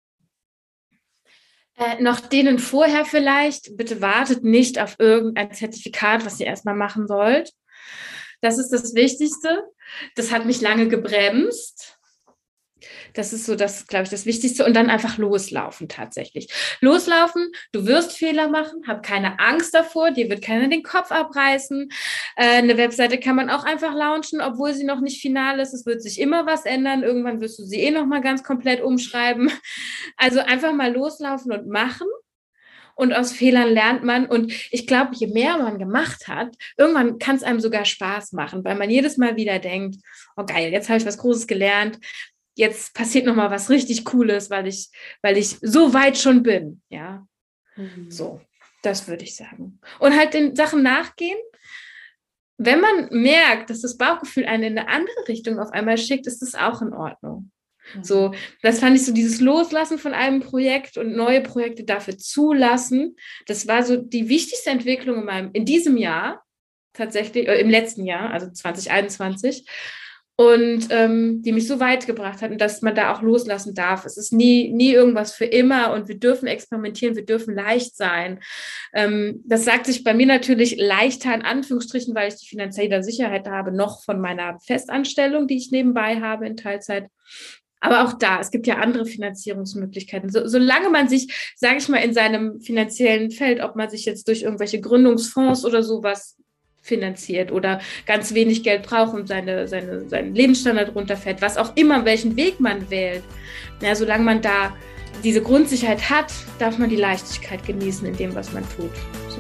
Noch denen vorher vielleicht, bitte wartet nicht auf irgendein Zertifikat, was ihr erstmal machen sollt. Das ist das Wichtigste. Das hat mich lange gebremst. Das ist so das, glaube ich, das Wichtigste. Und dann einfach loslaufen tatsächlich. Loslaufen, du wirst Fehler machen, hab keine Angst davor, dir wird keiner den Kopf abreißen. Eine Webseite kann man auch einfach launchen, obwohl sie noch nicht final ist. Es wird sich immer was ändern. Irgendwann wirst du sie noch mal ganz komplett umschreiben. Also einfach mal loslaufen und machen. Und aus Fehlern lernt man. Und ich glaube, je mehr man gemacht hat, irgendwann kann es einem sogar Spaß machen, weil man jedes Mal wieder denkt, oh geil, jetzt habe ich was Großes gelernt. jetzt passiert nochmal was richtig Cooles, weil ich so weit schon bin, ja. So, das würde ich sagen. Und halt den Sachen nachgehen. Wenn man merkt, dass das Bauchgefühl einen in eine andere Richtung auf einmal schickt, ist das auch in Ordnung. So, das fand ich so, dieses Loslassen von einem Projekt und neue Projekte dafür zulassen. Das war so die wichtigste Entwicklung in diesem Jahr, tatsächlich, im letzten Jahr, also 2021. Und die mich so weit gebracht hat, dass man da auch loslassen darf. Es ist nie irgendwas für immer und wir dürfen experimentieren, wir dürfen leicht sein. Das sagt sich bei mir natürlich leichter in Anführungsstrichen, weil ich die finanzielle Sicherheit habe, noch von meiner Festanstellung, die ich nebenbei habe in Teilzeit. Aber auch da, es gibt ja andere Finanzierungsmöglichkeiten. Solange man sich, sage ich mal, in seinem finanziellen Feld, ob man sich jetzt durch irgendwelche Gründungsfonds oder sowas finanziert oder ganz wenig Geld braucht und seinen Lebensstandard runterfährt, was auch immer, welchen Weg man wählt. Ja, solange man da diese Grundsicherheit hat, darf man die Leichtigkeit genießen in dem, was man tut. So.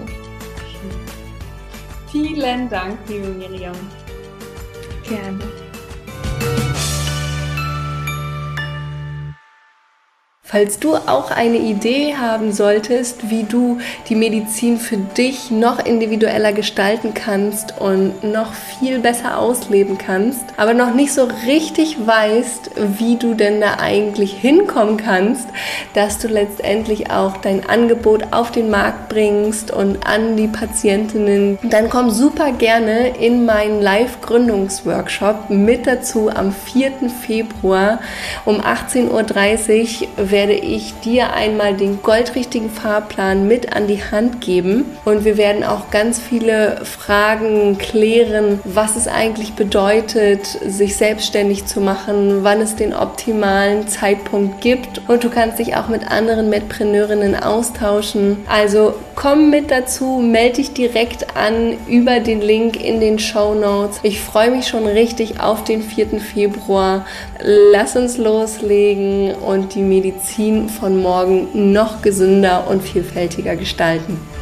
Vielen Dank, liebe Miriam. Gerne. Falls du auch eine Idee haben solltest, wie du die Medizin für dich noch individueller gestalten kannst und noch viel besser ausleben kannst, aber noch nicht so richtig weißt, wie du denn da eigentlich hinkommen kannst, dass du letztendlich auch dein Angebot auf den Markt bringst und an die Patientinnen, dann komm super gerne in meinen Live-Gründungsworkshop mit dazu am 4. Februar um 18:30 Uhr werde ich dir einmal den goldrichtigen Fahrplan mit an die Hand geben und wir werden auch ganz viele Fragen klären, was es eigentlich bedeutet, sich selbstständig zu machen, wann es den optimalen Zeitpunkt gibt und du kannst dich auch mit anderen Medpreneurinnen austauschen. Also komm mit dazu, melde dich direkt an über den Link in den Shownotes. Ich freue mich schon richtig auf den 4. Februar. Lass uns loslegen und die Medizin von morgen noch gesünder und vielfältiger gestalten.